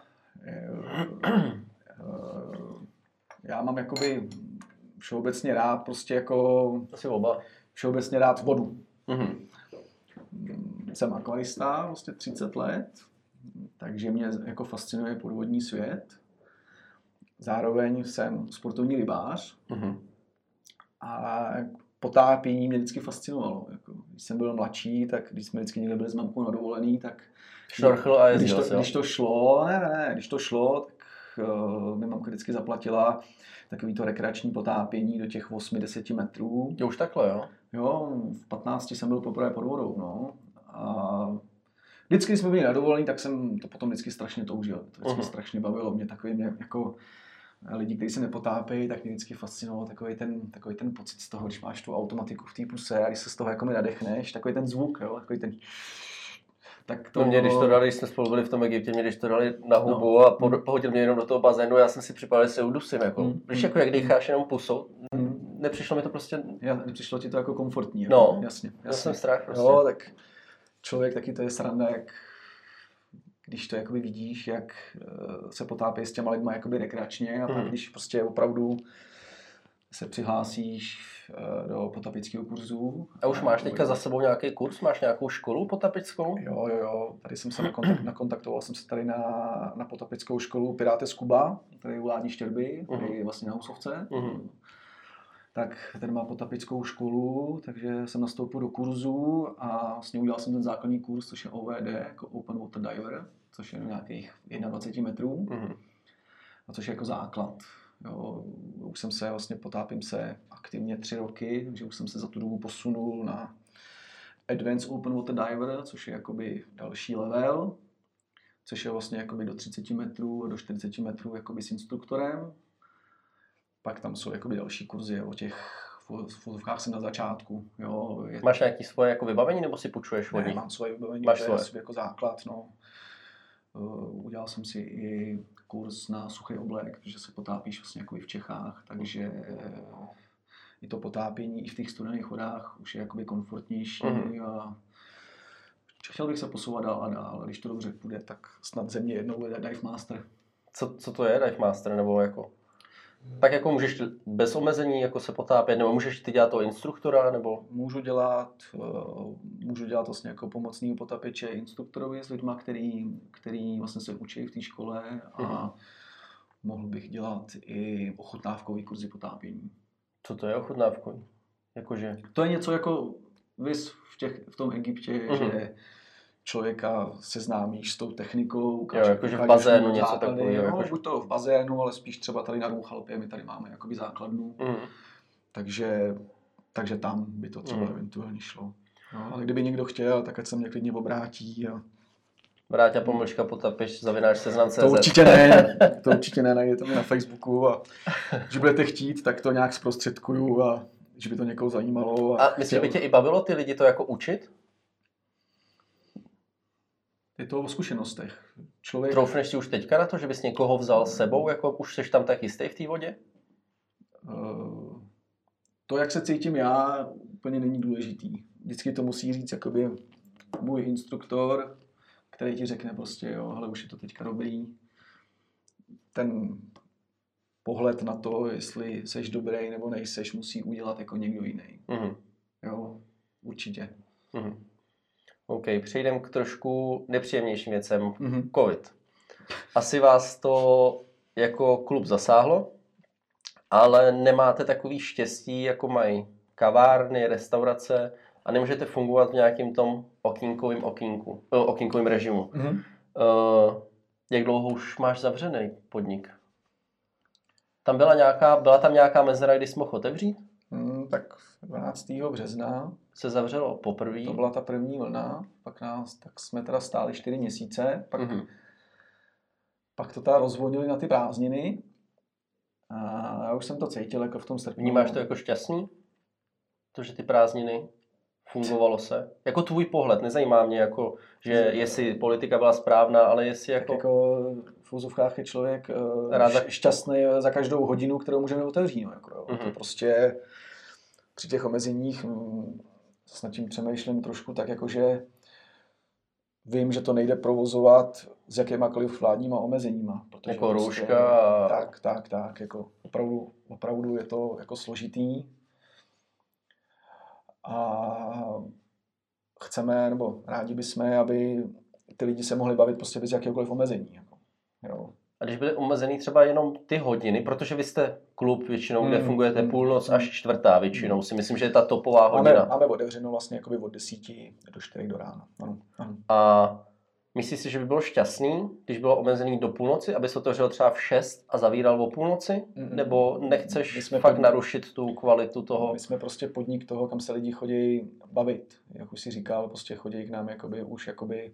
Já mám jakoby všeobecně rád prostě jako Asi oba. všeobecně rád vodu. Mhm. Jsem akvarista, prostě 30 let, takže mě jako fascinuje podvodní svět. Zároveň jsem sportovní rybář Mhm. a potápění mě vždycky fascinovalo. Jako, když jsem byl mladší, tak když jsme vždycky někde byli s mamkou na dovolený, tak Šnorchl a jezdil si, jo? když to šlo, tak mi mamka vždycky zaplatila takový to rekreační potápění do těch 8-10 metrů. Je už takhle, jo? Jo, v 15 jsem byl poprvé pod vodou, no. A vždycky, když jsme byli na dovolený, tak jsem to potom vždycky strašně toužil. To vždycky strašně bavilo. Mě jako lidi, kteří se nepotápějí, tak mě vždycky fascinoval takový ten pocit z toho, když máš tu automatiku v té puse a když se z toho jako mi nadechneš, takový ten zvuk, jo, takový ten... Tak To mě, když to dali, když jsme spolu byli v tom Egyptě, mě když to dali na hubu a pohodil mě jenom do toho bazénu, já jsem si připadal, že se udusím, jako. Když jako jak dýcháš jenom pusou, nepřišlo mi to prostě... Přišlo ti to jako komfortní, jako, No, jasně. Já jsem strach prostě. Jo, tak člověk taky to je sranda, jak když to jakoby vidíš, jak se potápí s těma lidma jakoby rekreačně a pak když prostě opravdu se přihlásíš do potapického kurzu. A už máš teďka za sebou nějaký kurz? Máš nějakou školu potapickou? Jo. Tady jsem se nakontaktoval jsem se tady na potapickou školu Pilates Kuba, tady u Ládní Štěrby, tady je vlastně na Husovce. Tak ten má potapickou školu, takže jsem nastoupil do kurzu a vlastně udělal jsem ten základní kurz, což je OVD, jako Open Water Diver, což je nějakých 21 metrů, a což je jako základ. Jo, už jsem se vlastně potápím se aktivně 3 roky, takže už jsem se za tu dobu posunul na Advanced Open Water Diver, což je jakoby další level, což je vlastně jakoby do 30 metrů a do 40 metrů jakoby s instruktorem. Pak tam jsou jakoby další kurzy, o těch fotovkách jsem na začátku. Jo, Máš nějaké svoje jako vybavení nebo si půjčuješ od nich? Mám svoje vybavení, Máš to je svoje. jako základ. No. Udělal jsem si i kurz na suchý oblek, protože se potápíš vlastně jako i v Čechách, takže i to potápění i v těch studených vodách už je jakoby komfortnější a chtěl bych se posouvat dál a dál, a když to dobře půjde, tak snad ze mě jednou bude Dive Master. Co to je Dive Master, nebo jako... Tak jako můžeš bez omezení jako se potápět, nebo můžeš ty dělat toho instruktora, nebo... Můžu dělat vlastně jako pomocného potapeče instruktorovi s lidma, který vlastně se učí v té škole a mohl bych dělat i ochutnávkový kurzy potápění. Co to je ochutnávkový? Jakože... To je něco jako vys v tom Egyptě, že člověka seznámíš s tou technikou. Jakože v bazénu něco takového. No, buď to v bazénu, ale spíš třeba tady na Růchalpě, my tady máme jakoby základnu. Takže tam by to třeba eventuálně šlo. No, ale kdyby někdo chtěl, tak ať se mě klidně obrátí. Vráťa pomlčka potapeš _seznam.cz. To určitě ne, najdete mě na Facebooku a když budete chtít, tak to nějak zprostředkuju a že by to někoho zajímalo. A myslíš, by tě i bavilo ty lidi to jako učit? Je to o zkušenostech. Troufneš si už teďka na to, že bys někoho vzal s sebou, jako už jsi tam tak jistý v té vodě? To, jak se cítím já, úplně není důležitý. Vždycky to musí říct jakoby můj instruktor, který ti řekne prostě, jo, hele, už je to teďka dobrý. Ten pohled na to, jestli seš dobrý nebo nejseš, musí udělat jako někdo jiný. Jo, určitě. OK, přejdeme k trošku nepříjemnějším věcem. COVID. Asi vás to jako klub zasáhlo, ale nemáte takový štěstí, jako mají kavárny, restaurace a nemůžete fungovat v nějakým tom okýnkovým režimu. Jak dlouho už máš zavřený podnik? Byla tam nějaká mezera, kdy jsi mohl otevřít? Tak 12. března se zavřelo poprvé. To byla ta první vlna, tak jsme teda stáli 4 měsíce, pak to teda rozvolnili na ty prázdniny a já už jsem to cítil jako v tom srpnu. Vnímáš to jako šťastný? To, že ty prázdniny fungovalo se? Jako tvůj pohled, nezajímá mě, jako, že jestli politika byla správná, ale jestli jako... Tak jako v úzovkách je člověk šťastný za každou hodinu, kterou můžeme otevřít. No, jako, to prostě při těch omezeních s nad tím přemýšlím trošku tak, jakože vím, že to nejde provozovat s jakýmakoliv vládníma omezeníma. Protože jako rouška. Tak, jako opravdu je to jako složitý. A chceme, nebo rádi bychom, aby ty lidi se mohli bavit prostě bez jakéhokoliv omezení. Jako, jo. A když byly omezený třeba jenom ty hodiny, protože vy jste klub většinou, kde fungujete půlnoc až 4 většinou, si myslím, že je ta topová hodina. Máme otevřeno vlastně jakoby od 10 do 4 do rána. Ano. A myslíš si, že by bylo šťastný, když bylo omezený do půlnoci, aby se otevřelo třeba v 6 a zavíral o půlnoci? Nebo nechceš fakt narušit tu kvalitu toho? My jsme prostě podnik toho, kam se lidi chodí bavit. Jak už si říkal, prostě chodí k nám jakoby, už jakoby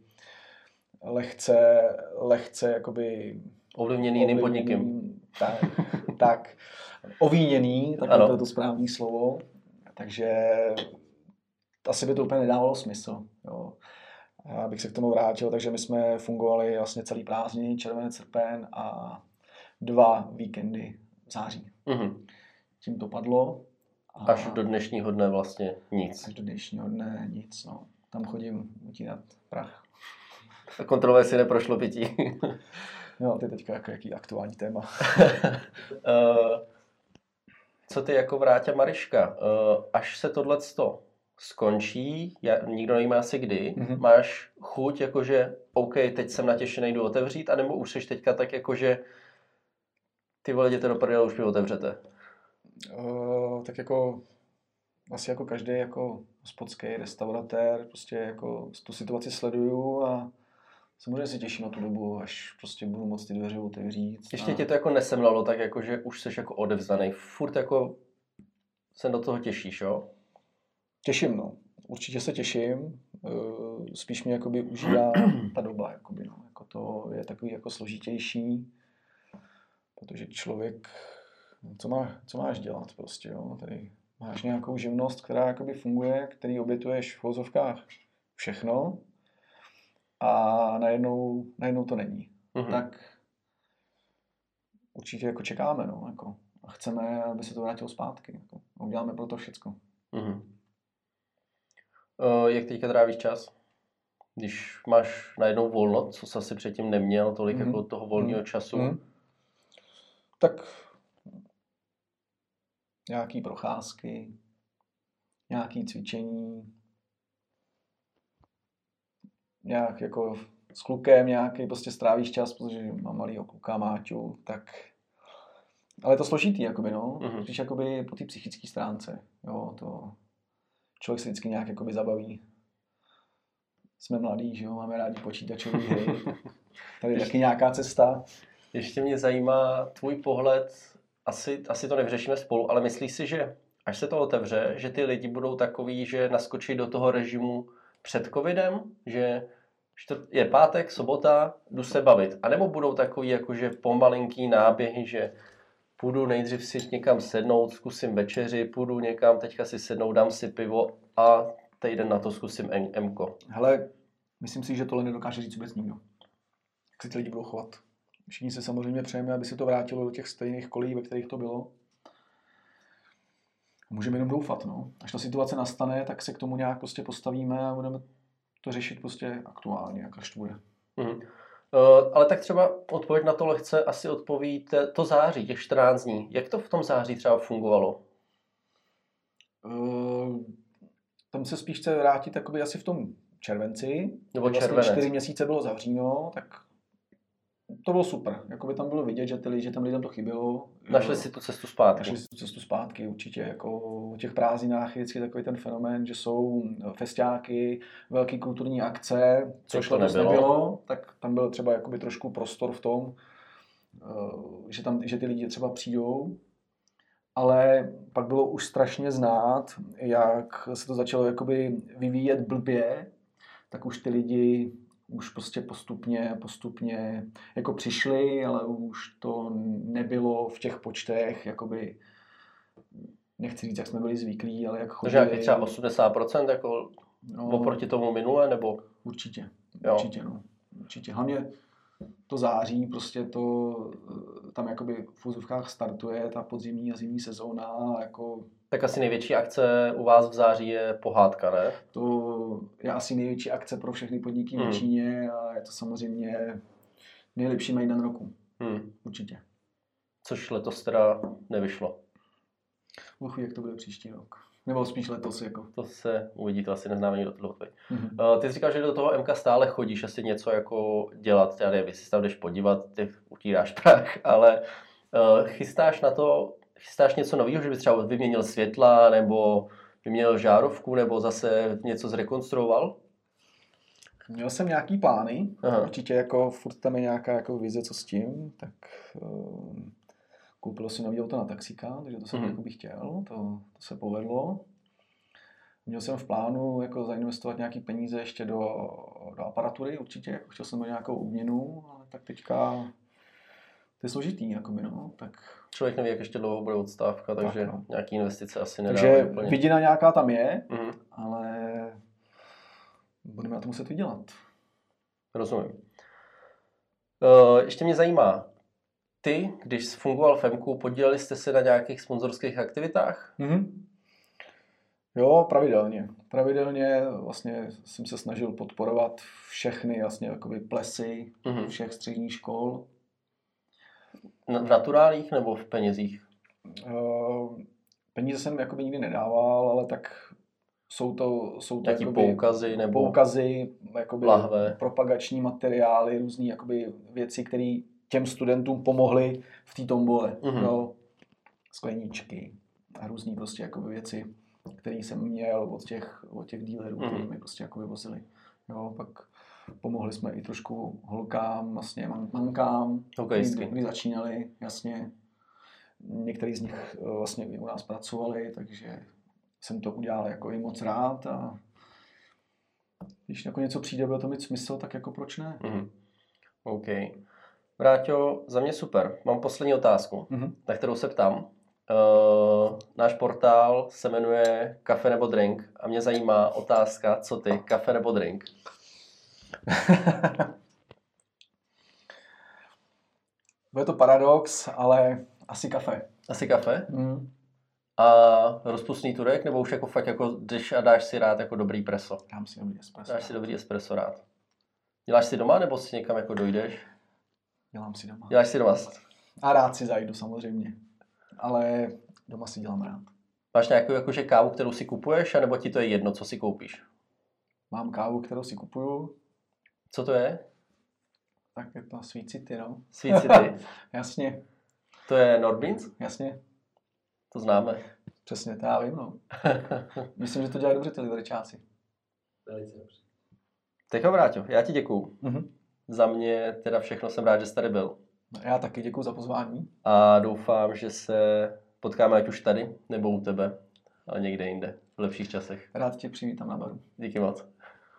lehce jakoby ovlivněný jiným podnikem. Tak ovíněný, tak to je to správné slovo. Takže asi by to úplně nedávalo smysl. Jo. Já bych se k tomu vrátil, takže my jsme fungovali vlastně celý prázdniny, červenec, srpen a 2 víkendy v září. Tím to padlo. Až do dnešního dne vlastně nic. Až do dnešního dne nic, no. Tam chodím utírat prach. A kontroluje si neprošlo pití. Jo, to je teďka jaký aktuální téma. Co ty jako Vráťa Maryška? Až se tohleto skončí, nikdo nevíme asi kdy, máš chuť jakože OK, teď jsem natěšený, jdu otevřít, anebo už jsi teďka tak jakože ty vole, jděte do prdele, už mi otevřete? Tak jako asi jako každý jako hospodský restauratér, prostě jako tu situaci sleduju a samozřejmě si těším na tu dobu, až prostě budu moct ty dveře otevřít. Ještě tě to jako nesemlalo tak jako, že už jsi jako odevzdaný, furt jako se do toho těšíš, jo? Těším, no. Určitě se těším. Spíš mě jakoby užívá ta doba, jakoby, no. Jako to je takový jako složitější, protože člověk, co máš dělat prostě, jo? Tady máš nějakou živnost, která jakoby funguje, který obětuješ v vozovkách všechno a najednou to není. Tak určitě jako čekáme, no, jako, a chceme, aby se to vrátilo zpátky. Jako, a uděláme pro to všecko. Jak teďka trávíš čas? Když máš najednou volno, co jsi asi předtím neměl, tolik jako toho volného času? Tak nějaký procházky, nějaký cvičení, nějak jako s klukem nějaký prostě strávíš čas, protože mám malýho kluka, Máťu, tak... Ale je to složitý, jakoby, no. Když jakoby po té psychické stránce, jo, to... Člověk se vždycky nějak jakoby zabaví. Jsme mladí, že jo, máme rádi počítačový hry. Tady je taky nějaká cesta. Ještě mě zajímá tvůj pohled, asi to nevyřešíme spolu, ale myslíš si, že až se to otevře, že ty lidi budou takový, že naskočí do toho režimu před covidem, že je pátek, sobota, jdu se bavit. A nebo budou takový jakože pomalinký náběhy, že půjdu nejdřív si někam sednout, zkusím večeři, půjdu někam, teďka si sednout, dám si pivo a týden na to zkusím Mko. Hele, myslím si, že tohle nedokáže říct vůbec nikdo. Jak se ty lidi budou chovat. Všichni se samozřejmě přejeme, aby se to vrátilo do těch stejných kolejí, ve kterých to bylo. Můžeme jenom doufat, no. Až ta situace nastane, tak se k tomu nějak prostě postavíme a budeme to řešit prostě aktuálně, jak až to bude. Ale tak třeba odpověď na to lehce asi odpoví to září, těch 14 dní. Jak to v tom září třeba fungovalo? Tam se spíš chce vrátit takoby asi v tom červenci. Nebo vlastně červenec. 4 měsíce bylo zavříno, tak to bylo super. Jakoby tam bylo vidět, že tam lidem to chybělo. Našli si tu cestu zpátky. Našli si tu cestu zpátky, určitě. Jako o těch prázdninách je vždycky takový ten fenomén, že jsou festiáky, velké kulturní akce, což letos nebylo, tak tam byl třeba jakoby trošku prostor v tom, že ty lidi třeba přijdou, ale pak bylo už strašně znát, jak se to začalo jakoby vyvíjet blbě, tak už ty lidi už prostě postupně jako přišli, ale už to nebylo v těch počtech, jakoby, nechci říct, jak jsme byli zvyklí, ale jak chodili. Takže třeba 80% jako oproti tomu minule, nebo? Určitě, jo. Určitě. Hlavně to září, prostě to tam jakoby v úzovkách startuje ta podzimní a zimní sezóna. Jako... Tak asi největší akce u vás v září je pohádka, ne? To je asi největší akce pro všechny podniky v Číně a je to samozřejmě nejlepší mejdan roku. Určitě. Což letos teda nevyšlo. Uch, jak to bude příští rok. Nebo spíš letos. Jako. To se uvidí, to asi neznáme nikdo tohle odpověď. Ty jsi říkal, že do toho MK stále chodíš asi něco jako dělat. Já nevím, jestli se tam jdeš podívat, ty utíráš prach, ale chystáš něco nového, že bys třeba vyměnil světla, nebo vyměnil žárovku, nebo zase něco zrekonstruoval? Měl jsem nějaký plány, určitě jako furt tam je nějaká jako vize, co s tím, tak koupil jsem nový auto na taxíka, takže to jsem jako bych chtěl, to se povedlo. Měl jsem v plánu jako zainvestovat nějaký peníze ještě do aparatury určitě, jako chtěl jsem nějakou obměnu, ale tak teďka to je složitý, jakoby, no, tak... Člověk neví, jak ještě dlouho bude odstávka, takže tak, no. Nějaký investice asi nedá. Takže vidina nějaká tam je, ale budeme na to muset vydělat. Rozumím. Ještě mě zajímá, ty, když jsi fungoval v Emku, podíleli jste se na nějakých sponzorských aktivitách? Jo, pravidelně. Pravidelně vlastně jsem se snažil podporovat všechny vlastně jakoby plesy všech středních škol. V naturálích nebo v penězích? Peníze jsem jakoby nikdy nedával, ale tak jsou to nějaký jakoby poukazy nebo poukazy, jakoby lahve, propagační materiály, různé jakoby věci, které těm studentům pomohly v té tombole. Jo, skleníčky a různé prostě jakoby věci, které jsem měl od těch dealerů, kteří mi prostě jakoby vozili. Jo, pak pomohli jsme i trošku holkám, vlastně mamkám, kteří začínali, jasně. Některý z nich vlastně i u nás pracovali, takže jsem to udělal jako i moc rád a když jako něco přijde, bude to mít smysl, tak jako proč ne? OK. Vráťo, za mě super. Mám poslední otázku, na kterou se ptám. Náš portál se jmenuje Kafe nebo drink a mě zajímá otázka, co ty, kafe nebo drink? Bude to paradox, ale asi kafe. Asi kafe? A rozpustný turek, nebo už jako fakt jako jdeš a dáš si rád jako dobrý preso? Dám si dobrý espresso. Dáš si dobrý espresso rád. Děláš si doma, nebo si někam jako dojdeš? Dělám si doma. Děláš si doma? A rád si zajdu samozřejmě, ale doma si dělám rád. Máš nějakou jakože kávu, kterou si kupuješ, anebo ti to je jedno, co si koupíš? Mám kávu, kterou si kupuju. Co to je? Tak je to Sweet City, no. Sweet City. Jasně. To je Nordbeans? Jasně. To známe. Přesně, to já vím, no. Myslím, že to dělají dobře ty lidečáci. Velice dobře. Tak jo, Vráťo, já ti děkuju. Za mě teda všechno, jsem rád, že jsi tady byl. Já taky děkuju za pozvání. A doufám, že se potkáme ať už tady, nebo u tebe, ale někde jinde, v lepších časech. Rád tě přivítám na baru. Díky moc.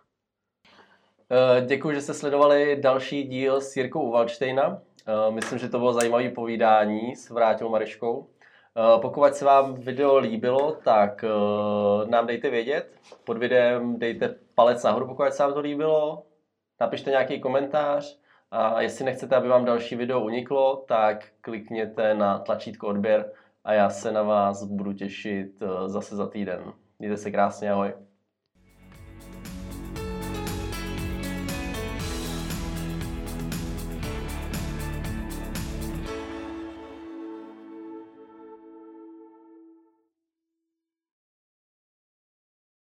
Děkuji, že jste sledovali další díl s Jirkou Uvalštejna. Myslím, že to bylo zajímavé povídání s Vráťou Mariškou. Pokud se vám video líbilo, tak nám dejte vědět. Pod videem dejte palec nahoru, pokud se vám to líbilo. Napište nějaký komentář. A jestli nechcete, aby vám další video uniklo, tak klikněte na tlačítko odběr a já se na vás budu těšit zase za týden. Mějte se krásně, ahoj.